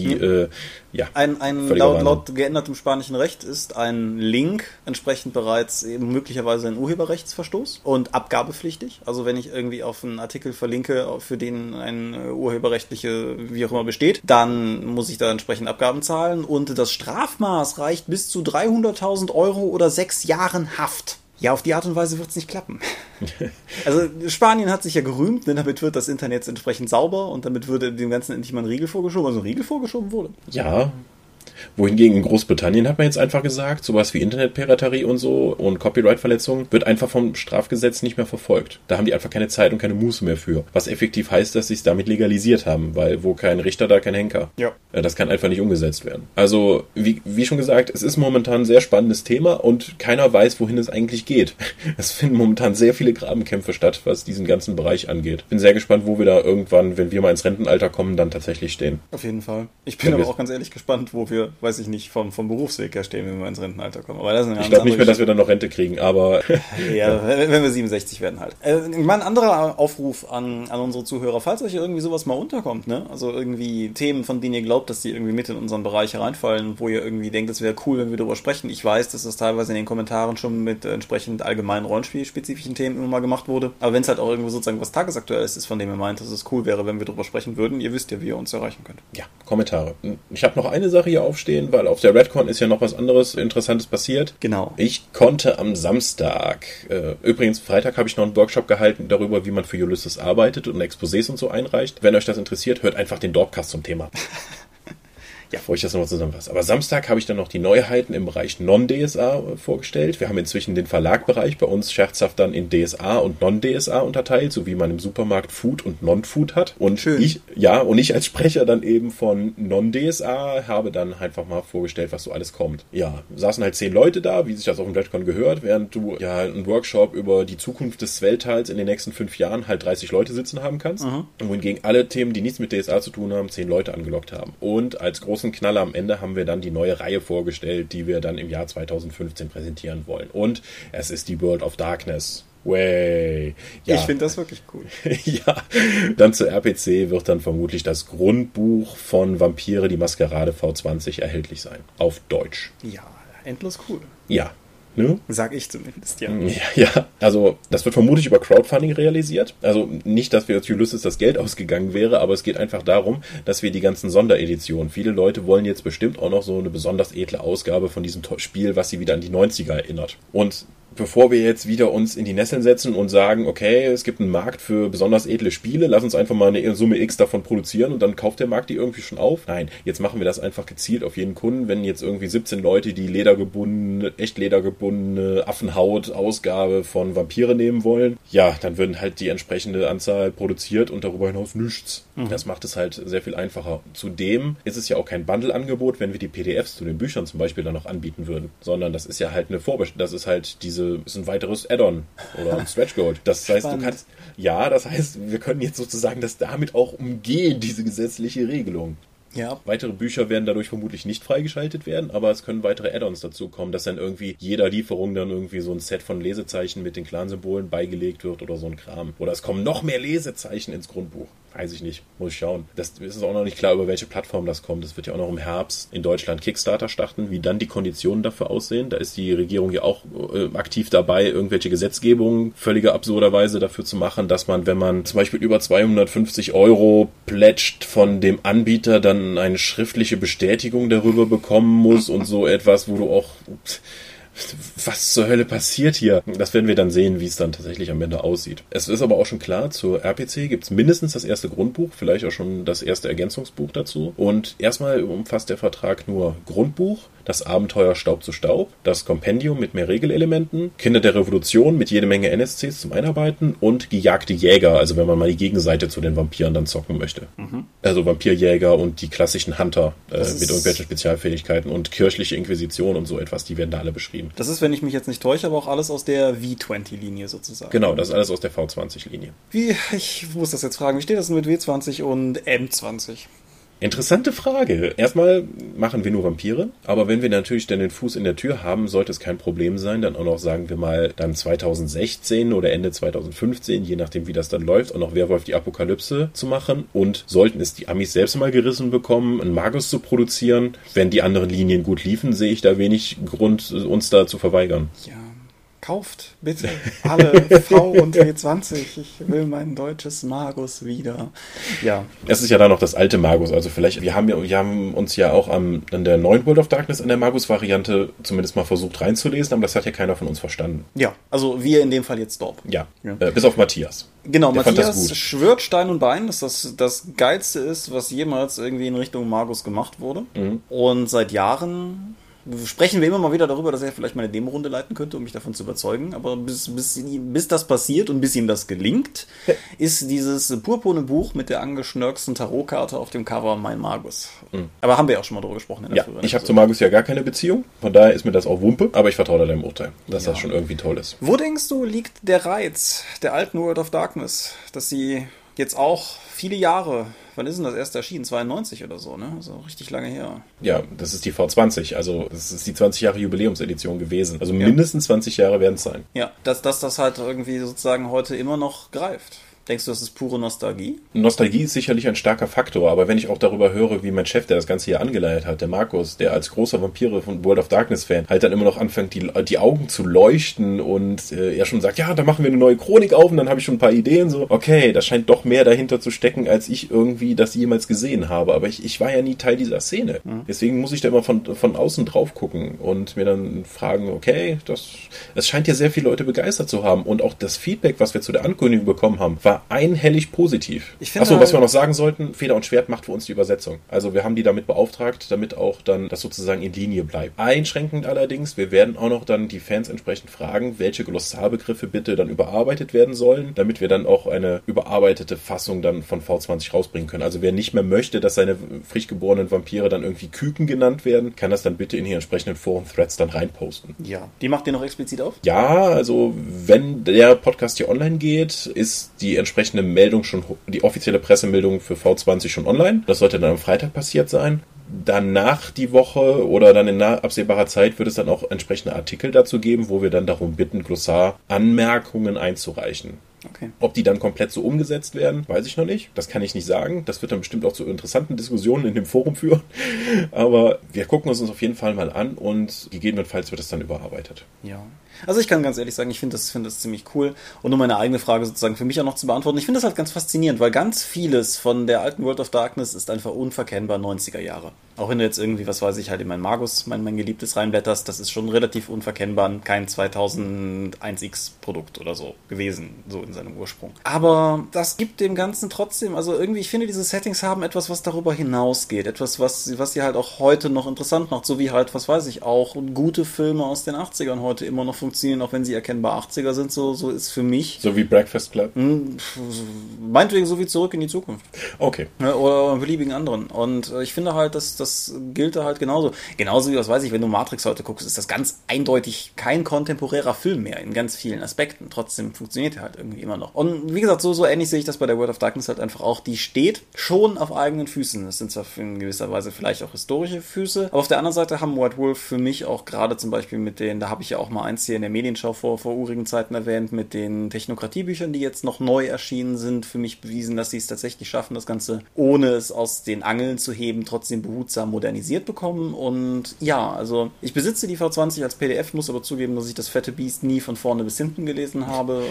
laut geändertem spanischen Recht ist ein Link entsprechend bereits eben möglicherweise ein Urheberrechtsverstoß und abgabepflichtig. Also wenn ich irgendwie auf einen Artikel verlinke, für den ein urheberrechtliche, wie auch immer besteht, dann muss ich da entsprechend Abgaben zahlen und das Strafmaß reicht bis zu 300.000 Euro oder 6 Jahren Haft. Ja, auf die Art und Weise wird es nicht klappen. Also Spanien hat sich ja gerühmt, denn damit wird das Internet jetzt entsprechend sauber und damit würde dem Ganzen endlich mal ein Riegel vorgeschoben, also ein Riegel vorgeschoben wurde.
Ja, wohingegen in Großbritannien hat man jetzt einfach gesagt, sowas wie Internetpiraterie und so und Copyright-Verletzungen wird einfach vom Strafgesetz nicht mehr verfolgt. Da haben die einfach keine Zeit und keine Muße mehr für. Was effektiv heißt, dass sie es damit legalisiert haben, weil wo kein Richter, da kein Henker. Ja. Das kann einfach nicht umgesetzt werden. Also, wie schon gesagt, es ist momentan ein sehr spannendes Thema und keiner weiß, wohin es eigentlich geht. Es finden momentan sehr viele Grabenkämpfe statt, was diesen ganzen Bereich angeht. Bin sehr gespannt, wo wir da irgendwann, wenn wir mal ins Rentenalter kommen, dann tatsächlich stehen.
Auf jeden Fall. Ich bin aber auch ganz ehrlich gespannt, wo wo wir, weiß ich nicht, vom Berufsweg her stehen, wenn wir ins Rentenalter kommen. Aber das ist eine
ich glaube nicht mehr, dass wir dann noch Rente kriegen, aber...
ja, wenn wir 67 werden halt. Mal ein anderer Aufruf an unsere Zuhörer, falls euch irgendwie sowas mal unterkommt, ne? Also irgendwie Themen, von denen ihr glaubt, dass die irgendwie mit in unseren Bereich hereinfallen, wo ihr irgendwie denkt, es wäre cool, wenn wir darüber sprechen. Ich weiß, dass das teilweise in den Kommentaren schon mit entsprechend allgemeinen Rollenspielspezifischen Themen immer mal gemacht wurde. Aber wenn es halt auch irgendwo sozusagen was tagesaktuelles ist, von dem ihr meint, dass es cool wäre, wenn wir darüber sprechen würden, ihr wisst ja, wie ihr uns erreichen könnt.
Ja, Kommentare. Ich habe noch eine Sache hier aufstehen, weil auf der Redcon ist ja noch was anderes Interessantes passiert.
Genau.
Ich konnte am Samstag, übrigens Freitag habe ich noch einen Workshop gehalten darüber, wie man für Ulysses arbeitet und Exposés und so einreicht. Wenn euch das interessiert, hört einfach den Dorpcast zum Thema. Ja, bevor ich das nochmal zusammenfasse. Aber Samstag habe ich dann noch die Neuheiten im Bereich Non-DSA vorgestellt. Wir haben inzwischen den Verlagbereich bei uns scherzhaft dann in DSA und Non-DSA unterteilt, so wie man im Supermarkt Food und Non-Food hat. Und
schön.
Ich als Sprecher dann eben von Non-DSA habe dann einfach mal vorgestellt, was so alles kommt. Ja, saßen halt 10 Leute da, wie sich das auf dem Redcon gehört, während du ja einen Workshop über die Zukunft des Weltteils in den nächsten 5 Jahren halt 30 Leute sitzen haben kannst. Mhm. Und wohingegen alle Themen, die nichts mit DSA zu tun haben, 10 Leute angelockt haben. Und als großen Knaller am Ende haben wir dann die neue Reihe vorgestellt, die wir dann im Jahr 2015 präsentieren wollen. Und es ist die World of Darkness. Way. Ja.
Ich finde das wirklich cool.
Ja, dann zur RPC wird dann vermutlich das Grundbuch von Vampire, die Maskerade V20 erhältlich sein. Auf Deutsch.
Ja, endlos cool.
Ja. Ne?
Sag ich zumindest, ja.
Ja, also das wird vermutlich über Crowdfunding realisiert. Also nicht, dass für Ulysses das Geld ausgegangen wäre, aber es geht einfach darum, dass wir die ganzen Sondereditionen, viele Leute wollen jetzt bestimmt auch noch so eine besonders edle Ausgabe von diesem Spiel, was sie wieder an die 90er erinnert. Und bevor wir jetzt wieder uns in die Nesseln setzen und sagen, okay, es gibt einen Markt für besonders edle Spiele, lass uns einfach mal eine Summe X davon produzieren und dann kauft der Markt die irgendwie schon auf. Nein, jetzt machen wir das einfach gezielt auf jeden Kunden. Wenn jetzt irgendwie 17 Leute die echt ledergebundene Affenhaut-Ausgabe von Vampire nehmen wollen, ja, dann würden halt die entsprechende Anzahl produziert und darüber hinaus nichts. Das macht es halt sehr viel einfacher. Zudem ist es ja auch kein Bundle-Angebot, wenn wir die PDFs zu den Büchern zum Beispiel dann noch anbieten würden, sondern das ist ja halt das ist halt ist ein weiteres Add-on oder ein Stretch Goal. Das heißt, wir können jetzt sozusagen das damit auch umgehen, diese gesetzliche Regelung.
Ja.
Weitere Bücher werden dadurch vermutlich nicht freigeschaltet werden, aber es können weitere Add-ons dazu kommen, dass dann irgendwie jeder Lieferung dann irgendwie so ein Set von Lesezeichen mit den Clan-Symbolen beigelegt wird oder so ein Kram. Oder es kommen noch mehr Lesezeichen ins Grundbuch. Weiß ich nicht. Muss ich schauen. Das ist auch noch nicht klar, über welche Plattform das kommt. Das wird ja auch noch im Herbst in Deutschland Kickstarter starten, wie dann die Konditionen dafür aussehen. Da ist die Regierung ja auch aktiv dabei, irgendwelche Gesetzgebungen völliger absurderweise dafür zu machen, dass man, wenn man zum Beispiel über 250 € pledgt von dem Anbieter, dann eine schriftliche Bestätigung darüber bekommen muss und so etwas, wo du auch... Was zur Hölle passiert hier? Das werden wir dann sehen, wie es dann tatsächlich am Ende aussieht. Es ist aber auch schon klar, zur RPC gibt es mindestens das erste Grundbuch, vielleicht auch schon das erste Ergänzungsbuch dazu. Und erstmal umfasst der Vertrag nur Grundbuch, das Abenteuer Staub zu Staub, das Kompendium mit mehr Regelelementen, Kinder der Revolution mit jede Menge NSCs zum Einarbeiten und gejagte Jäger, also wenn man mal die Gegenseite zu den Vampiren dann zocken möchte. Mhm. Also Vampirjäger und die klassischen Hunter mit irgendwelchen Spezialfähigkeiten und kirchliche Inquisition und so etwas, die werden da alle beschrieben.
Das ist, wenn ich mich jetzt nicht täusche, aber auch alles aus der V20-Linie sozusagen.
Genau, das ist alles aus der V20-Linie.
Ich muss das jetzt fragen, wie steht das mit W20 und M20?
Interessante Frage. Erstmal machen wir nur Vampire, aber wenn wir natürlich dann den Fuß in der Tür haben, sollte es kein Problem sein, dann auch noch, sagen wir mal, dann 2016 oder Ende 2015, je nachdem wie das dann läuft, auch noch Werwolf die Apokalypse zu machen und sollten es die Amis selbst mal gerissen bekommen, einen Magus zu produzieren, wenn die anderen Linien gut liefen, sehe ich da wenig Grund, uns da zu verweigern.
Ja. Kauft bitte alle V und W20. Ich will mein deutsches Magus wieder. Ja.
Es ist ja da noch das alte Magus. Also vielleicht, wir haben uns ja auch an der neuen World of Darkness an der Magus-Variante zumindest mal versucht reinzulesen, aber das hat ja keiner von uns verstanden.
Ja, also wir in dem Fall jetzt Dorp.
Ja. Bis auf Matthias.
Genau, der Matthias schwört Stein und Bein, dass das Geilste ist, was jemals irgendwie in Richtung Magus gemacht wurde. Mhm. Und seit Jahren sprechen wir immer mal wieder darüber, dass er vielleicht mal eine Demo-Runde leiten könnte, um mich davon zu überzeugen. Aber bis das passiert und bis ihm das gelingt, ist dieses purpurne Buch mit der angeschnörksten Tarotkarte auf dem Cover mein Magus. Mhm. Aber haben wir ja auch schon mal drüber gesprochen. In der früheren
ich habe zu Magus ja gar keine Beziehung. Von daher ist mir das auch Wumpe. Aber ich vertraue da deinem Urteil, dass das schon irgendwie toll ist.
Wo denkst du, liegt der Reiz der alten World of Darkness, dass sie jetzt auch viele Jahre, wann ist denn das erste erschienen? 92 oder so, ne? So richtig lange her.
Ja, das ist die V20, also das ist die 20 Jahre Jubiläumsedition gewesen. Also mindestens 20 Jahre werden es sein.
Ja, dass das halt irgendwie sozusagen heute immer noch greift. Denkst du, das ist pure Nostalgie?
Nostalgie ist sicherlich ein starker Faktor, aber wenn ich auch darüber höre, wie mein Chef, der das Ganze hier angeleiert hat, der Markus, der als großer Vampire von World of Darkness-Fan halt dann immer noch anfängt, die Augen zu leuchten und er schon sagt, ja, da machen wir eine neue Chronik auf und dann habe ich schon ein paar Ideen, so, okay, da scheint doch mehr dahinter zu stecken, als ich irgendwie das jemals gesehen habe, aber ich war ja nie Teil dieser Szene. Deswegen muss ich da immer von außen drauf gucken und mir dann fragen, okay, es scheint ja sehr viele Leute begeistert zu haben und auch das Feedback, was wir zu der Ankündigung bekommen haben, war einhellig positiv. Achso, was wir noch sagen sollten, Feder und Schwert macht für uns die Übersetzung. Also wir haben die damit beauftragt, damit auch dann das sozusagen in Linie bleibt. Einschränkend allerdings, wir werden auch noch dann die Fans entsprechend fragen, welche Glossarbegriffe bitte dann überarbeitet werden sollen, damit wir dann auch eine überarbeitete Fassung dann von V20 rausbringen können. Also wer nicht mehr möchte, dass seine frisch geborenen Vampire dann irgendwie Küken genannt werden, kann das dann bitte in die entsprechenden Foren-Threads dann reinposten.
Ja. Die macht ihr noch explizit auf?
Ja, also wenn der Podcast hier online geht, ist die entsprechende Meldung schon, die offizielle Pressemeldung für V20 schon online. Das sollte dann am Freitag passiert sein. Danach die Woche oder dann in absehbarer Zeit wird es dann auch entsprechende Artikel dazu geben, wo wir dann darum bitten, Glossar-Anmerkungen einzureichen.
Okay.
Ob die dann komplett so umgesetzt werden, weiß ich noch nicht. Das kann ich nicht sagen. Das wird dann bestimmt auch zu interessanten Diskussionen in dem Forum führen. Aber wir gucken uns auf jeden Fall mal an und gegebenenfalls wird es dann überarbeitet.
Ja. Also ich kann ganz ehrlich sagen, ich finde das ziemlich cool. Und um meine eigene Frage sozusagen für mich auch noch zu beantworten, ich finde das halt ganz faszinierend, weil ganz vieles von der alten World of Darkness ist einfach unverkennbar 90er Jahre. Auch wenn du jetzt irgendwie, was weiß ich, halt in mein Magus, mein Geliebtes reinblätterst, das ist schon relativ unverkennbar, kein 2001X-Produkt oder so gewesen, so in seinem Ursprung. Aber das gibt dem Ganzen trotzdem, also irgendwie, ich finde, diese Settings haben etwas, was darüber hinausgeht, etwas, was sie halt auch heute noch interessant macht, so wie halt, was weiß ich, auch gute Filme aus den 80ern heute immer noch funktionieren, auch wenn sie erkennbar 80er sind, so ist für mich.
So wie Breakfast Club?
Meinetwegen so wie Zurück in die Zukunft.
Okay.
Oder beliebigen anderen. Und ich finde halt, das gilt da halt genauso. Genauso wie, was weiß ich, wenn du Matrix heute guckst, ist das ganz eindeutig kein kontemporärer Film mehr in ganz vielen Aspekten. Trotzdem funktioniert er halt irgendwie immer noch. Und wie gesagt, so ähnlich sehe ich das bei der World of Darkness halt einfach auch. Die steht schon auf eigenen Füßen. Das sind zwar in gewisser Weise vielleicht auch historische Füße, aber auf der anderen Seite haben White Wolf für mich auch gerade zum Beispiel mit da habe ich ja auch mal eins hier in der Medienschau vor urigen Zeiten erwähnt, mit den Technokratiebüchern, die jetzt noch neu erschienen sind, für mich bewiesen, dass sie es tatsächlich schaffen, das Ganze, ohne es aus den Angeln zu heben, trotzdem behutsam modernisiert bekommen. Und ja, also ich besitze die V20 als PDF, muss aber zugeben, dass ich das fette Biest nie von vorne bis hinten gelesen habe.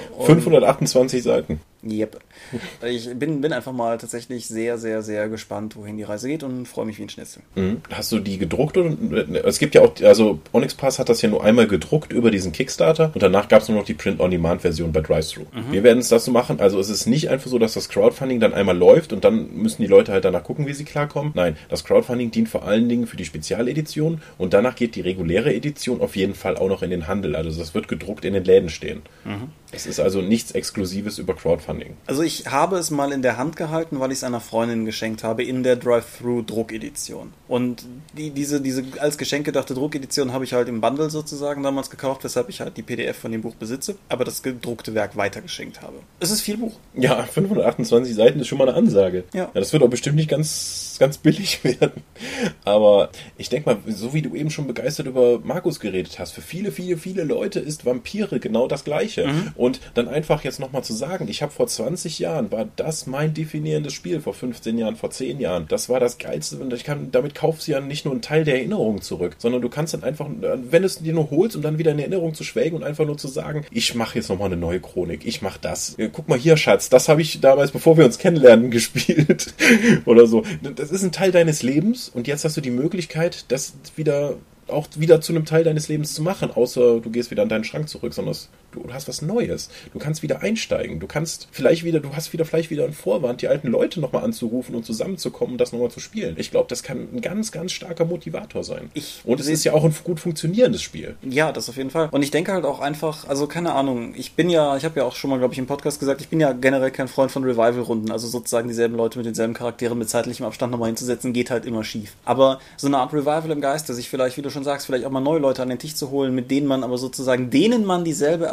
528 Seiten.
Yep. Ich bin einfach mal tatsächlich sehr, sehr, sehr gespannt, wohin die Reise geht und freue mich wie ein Schnitzel.
Hast du die gedruckt? Es gibt ja auch, also Onyx Pass hat das ja nur einmal gedruckt über diesen Kickstarter und danach gab es nur noch die Print-on-Demand-Version bei Drive-Thru. Wir werden es das so machen, also es ist nicht einfach so, dass das Crowdfunding dann einmal läuft und dann müssen die Leute halt danach gucken, wie sie klarkommen. Nein, das Crowdfunding dient vor allen Dingen für die Spezialedition und danach geht die reguläre Edition auf jeden Fall auch noch in den Handel. Also das wird gedruckt in den Läden stehen. Es ist also nichts Exklusives über Crowdfunding.
Also ich habe es mal in der Hand gehalten, weil ich es einer Freundin geschenkt habe in der Drive-Thru-Druckedition. Und diese als Geschenk gedachte Druckedition habe ich halt im Bundle sozusagen damals gekauft, weshalb ich halt die PDF von dem Buch besitze, aber das gedruckte Werk weitergeschenkt habe. Es ist viel Buch.
Ja, 528 Seiten ist schon mal eine Ansage. Ja, das wird auch bestimmt nicht ganz billig werden. Aber ich denke mal, so wie du eben schon begeistert über Markus geredet hast, für viele, viele, viele Leute ist Vampire genau das Gleiche. Und dann einfach jetzt nochmal zu sagen, ich habe vor 20 Jahren, war das mein definierendes Spiel, vor 15 Jahren, vor 10 Jahren. Das war das Geilste und damit kaufst du ja nicht nur einen Teil der Erinnerung zurück, sondern du kannst dann einfach, wenn du es dir nur holst, um dann wieder in Erinnerung zu schwelgen und einfach nur zu sagen, ich mache jetzt nochmal eine neue Chronik, ich mache das. Guck mal hier, Schatz, das habe ich damals, bevor wir uns kennenlernen, gespielt. Oder so. Das ist ein Teil deines Lebens und jetzt hast du die Möglichkeit, das wieder zu einem Teil deines Lebens zu machen, außer du gehst wieder an deinen Schrank zurück, sondern du hast was Neues. Du kannst wieder einsteigen. Du hast vielleicht wieder einen Vorwand, die alten Leute nochmal anzurufen und zusammenzukommen und das nochmal zu spielen. Ich glaube, das kann ein ganz, ganz starker Motivator sein. Und es ist ja auch ein gut funktionierendes Spiel.
Ja, das auf jeden Fall. Und ich denke halt auch einfach, also keine Ahnung, ich habe ja auch schon mal, glaube ich, im Podcast gesagt, ich bin ja generell kein Freund von Revival-Runden, also sozusagen dieselben Leute mit denselben Charakteren mit zeitlichem Abstand nochmal hinzusetzen, geht halt immer schief. Aber so eine Art Revival im Geiste, sich vielleicht, wie du schon sagst, vielleicht auch mal neue Leute an den Tisch zu holen, denen man dieselbe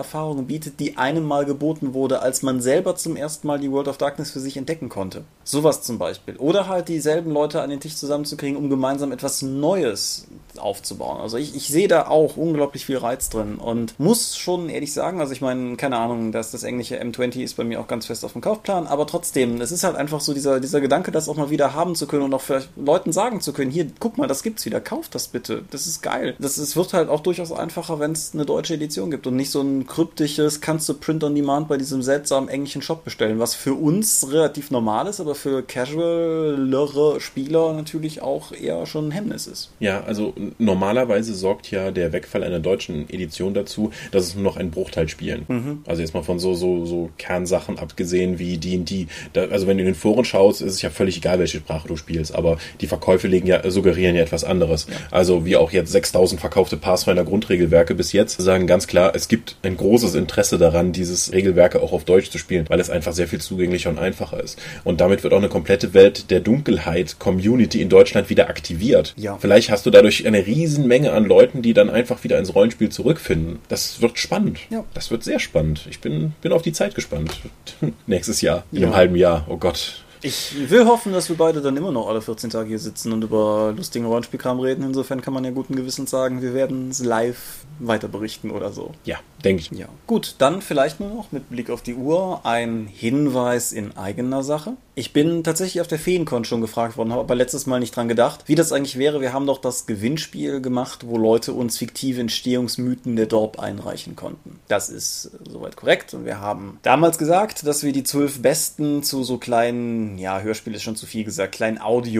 Erfahrung bietet, die einem mal geboten wurde, als man selber zum ersten Mal die World of Darkness für sich entdecken konnte. Sowas zum Beispiel. Oder halt dieselben Leute an den Tisch zusammenzukriegen, um gemeinsam etwas Neues aufzubauen. Also ich sehe da auch unglaublich viel Reiz drin und muss schon ehrlich sagen, also ich meine, keine Ahnung, dass das englische M20 ist bei mir auch ganz fest auf dem Kaufplan, aber trotzdem, es ist halt einfach so dieser Gedanke, das auch mal wieder haben zu können und auch vielleicht Leuten sagen zu können, hier, guck mal, das gibt's wieder, kauft das bitte, das ist geil. Es wird halt auch durchaus einfacher, wenn es eine deutsche Edition gibt und nicht so ein kryptisches, kannst du Print on Demand bei diesem seltsamen englischen Shop bestellen, was für uns relativ normal ist, aber für casualere Spieler natürlich auch eher schon ein Hemmnis ist.
Ja, also normalerweise sorgt ja der Wegfall einer deutschen Edition dazu, dass es nur noch einen Bruchteil spielen. Also jetzt mal von so Kernsachen abgesehen wie D&D. Also wenn du in den Foren schaust, ist es ja völlig egal, welche Sprache du spielst, aber die Verkäufe suggerieren ja etwas anderes. Ja. Also wie auch jetzt 6000 verkaufte Pathfinder Grundregelwerke bis jetzt sagen ganz klar, es gibt ein großes Interesse daran, dieses Regelwerke auch auf Deutsch zu spielen, weil es einfach sehr viel zugänglicher und einfacher ist. Und damit wird auch eine komplette Welt der Dunkelheit-Community in Deutschland wieder aktiviert. Ja. Vielleicht hast du dadurch eine riesen Menge an Leuten, die dann einfach wieder ins Rollenspiel zurückfinden. Das wird spannend. Ja. Das wird sehr spannend. Ich bin auf die Zeit gespannt. Nächstes Jahr, in einem halben Jahr. Oh Gott.
Ich will hoffen, dass wir beide dann immer noch alle 14 Tage hier sitzen und über lustigen Rollenspielkram reden. Insofern kann man ja guten Gewissens sagen, wir werden es live weiter berichten oder so.
Ja, denke ich.
Ja. Gut, dann vielleicht nur noch mit Blick auf die Uhr ein Hinweis in eigener Sache. Ich bin tatsächlich auf der Feencon schon gefragt worden, habe aber letztes Mal nicht dran gedacht, wie das eigentlich wäre. Wir haben doch das Gewinnspiel gemacht, wo Leute uns fiktive Entstehungsmythen der Dorp einreichen konnten. Das ist soweit korrekt und wir haben damals gesagt, dass wir die 12 Besten zu so kleinen, ja, Hörspiel ist schon zu viel gesagt, kleinen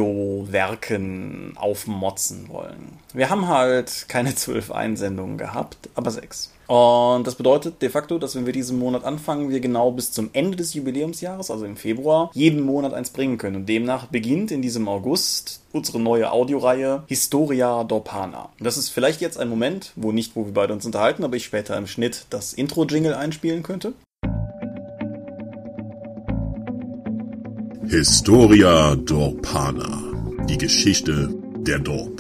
Audiowerken aufmotzen wollen. Wir haben halt keine 12 Einsendungen gehabt, aber 6. Und das bedeutet de facto, dass wenn wir diesen Monat anfangen, wir genau bis zum Ende des Jubiläumsjahres, also im Februar, jeden Monat eins bringen können. Und demnach beginnt in diesem August unsere neue Audioreihe Historia Dorpana. Das ist vielleicht jetzt ein Moment, wo wir beide uns unterhalten, aber ich später im Schnitt das Intro-Jingle einspielen könnte.
Historia Dorpana. Die Geschichte der Dorp.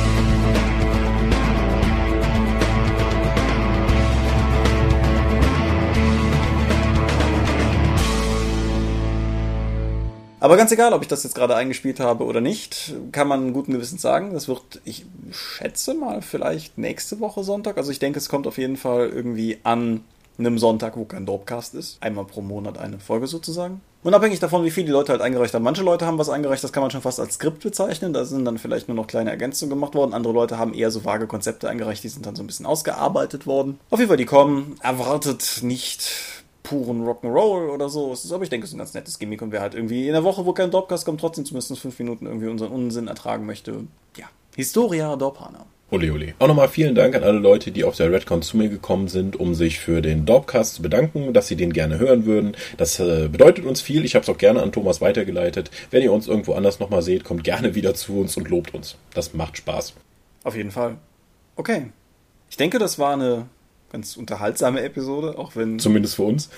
Aber ganz egal, ob ich das jetzt gerade eingespielt habe oder nicht, kann man guten Gewissens sagen, das wird, ich schätze mal, vielleicht nächste Woche Sonntag. Also ich denke, es kommt auf jeden Fall irgendwie an einem Sonntag, wo kein Dorpcast ist. Einmal pro Monat eine Folge sozusagen. Unabhängig davon, wie viel die Leute halt eingereicht haben. Manche Leute haben was eingereicht, das kann man schon fast als Skript bezeichnen. Da sind dann vielleicht nur noch kleine Ergänzungen gemacht worden. Andere Leute haben eher so vage Konzepte eingereicht, die sind dann so ein bisschen ausgearbeitet worden. Auf jeden Fall, die kommen. Erwartet nicht puren Rock'n'Roll oder so. Aber ich denke, es ist ein ganz nettes Gimmick und wer halt irgendwie in der Woche, wo kein Dorpcast kommt, trotzdem zumindest 5 Minuten irgendwie unseren Unsinn ertragen möchte. Ja, Historia Dorpana.
Ole, ole. Auch nochmal vielen Dank an alle Leute, die auf der Redcon zu mir gekommen sind, um sich für den Dorpcast zu bedanken, dass sie den gerne hören würden. Das bedeutet uns viel. Ich habe es auch gerne an Thomas weitergeleitet. Wenn ihr uns irgendwo anders nochmal seht, kommt gerne wieder zu uns und lobt uns. Das macht Spaß.
Auf jeden Fall. Okay. Ich denke, das war eine ganz unterhaltsame Episode, auch wenn...
Zumindest für uns.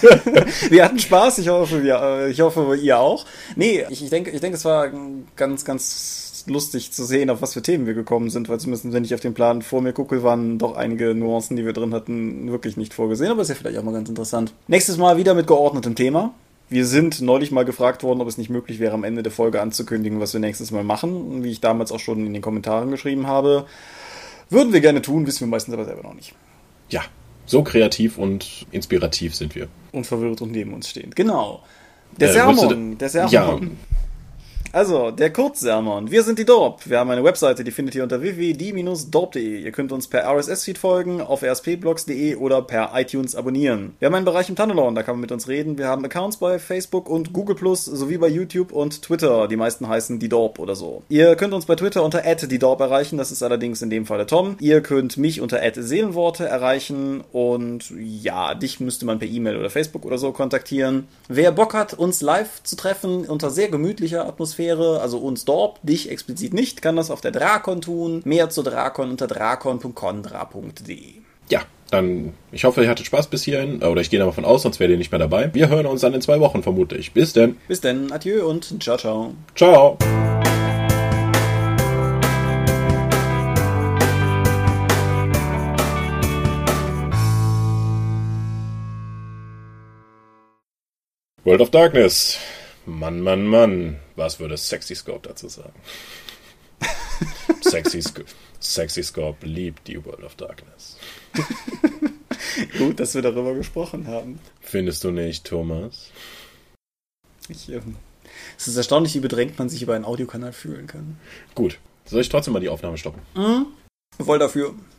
Wir hatten Spaß, ich hoffe, ihr auch. Nee, ich denke, es war ganz, ganz lustig zu sehen, auf was für Themen wir gekommen sind, weil zumindest, wenn ich auf den Plan vor mir gucke, waren doch einige Nuancen, die wir drin hatten, wirklich nicht vorgesehen, aber ist ja vielleicht auch mal ganz interessant. Nächstes Mal wieder mit geordnetem Thema. Wir sind neulich mal gefragt worden, ob es nicht möglich wäre, am Ende der Folge anzukündigen, was wir nächstes Mal machen. Wie ich damals auch schon in den Kommentaren geschrieben habe, würden wir gerne tun, wissen wir meistens aber selber noch nicht.
Ja, so kreativ und inspirativ sind wir.
Und verwirrt und neben uns stehend. Genau. Der Sermon.
Ja.
Also, der Kurzsermon. Wir sind die Dorp. Wir haben eine Webseite, die findet ihr unter www.die-dorp.de. Ihr könnt uns per RSS-Feed folgen, auf rspblogs.de oder per iTunes abonnieren. Wir haben einen Bereich im Tunnelon, da kann man mit uns reden. Wir haben Accounts bei Facebook und Google+, sowie bei YouTube und Twitter. Die meisten heißen die Dorp oder so. Ihr könnt uns bei Twitter unter @die-dorp erreichen, das ist allerdings in dem Fall der Tom. Ihr könnt mich unter @seelenworte erreichen und ja, dich müsste man per E-Mail oder Facebook oder so kontaktieren. Wer Bock hat, uns live zu treffen, unter sehr gemütlicher Atmosphäre, also uns Dorp, dich explizit nicht, kann das auf der Drakon tun. Mehr zu Drakon unter drakon.condra.de.
Ja, dann, ich hoffe, ihr hattet Spaß bis hierhin, oder ich gehe davon aus, sonst wärt ihr nicht mehr dabei. Wir hören uns dann in 2 Wochen vermutlich. Bis denn.
Bis denn, adieu und ciao, ciao.
Ciao. World of Darkness. Mann, Mann, Mann. Was würde Sexy Scorp dazu sagen? Sexy Scorp liebt die World of Darkness.
Gut, dass wir darüber gesprochen haben.
Findest du nicht, Thomas?
Es ist erstaunlich, wie bedrängt man sich über einen Audiokanal fühlen kann.
Gut. Soll ich trotzdem mal die Aufnahme stoppen?
Voll dafür.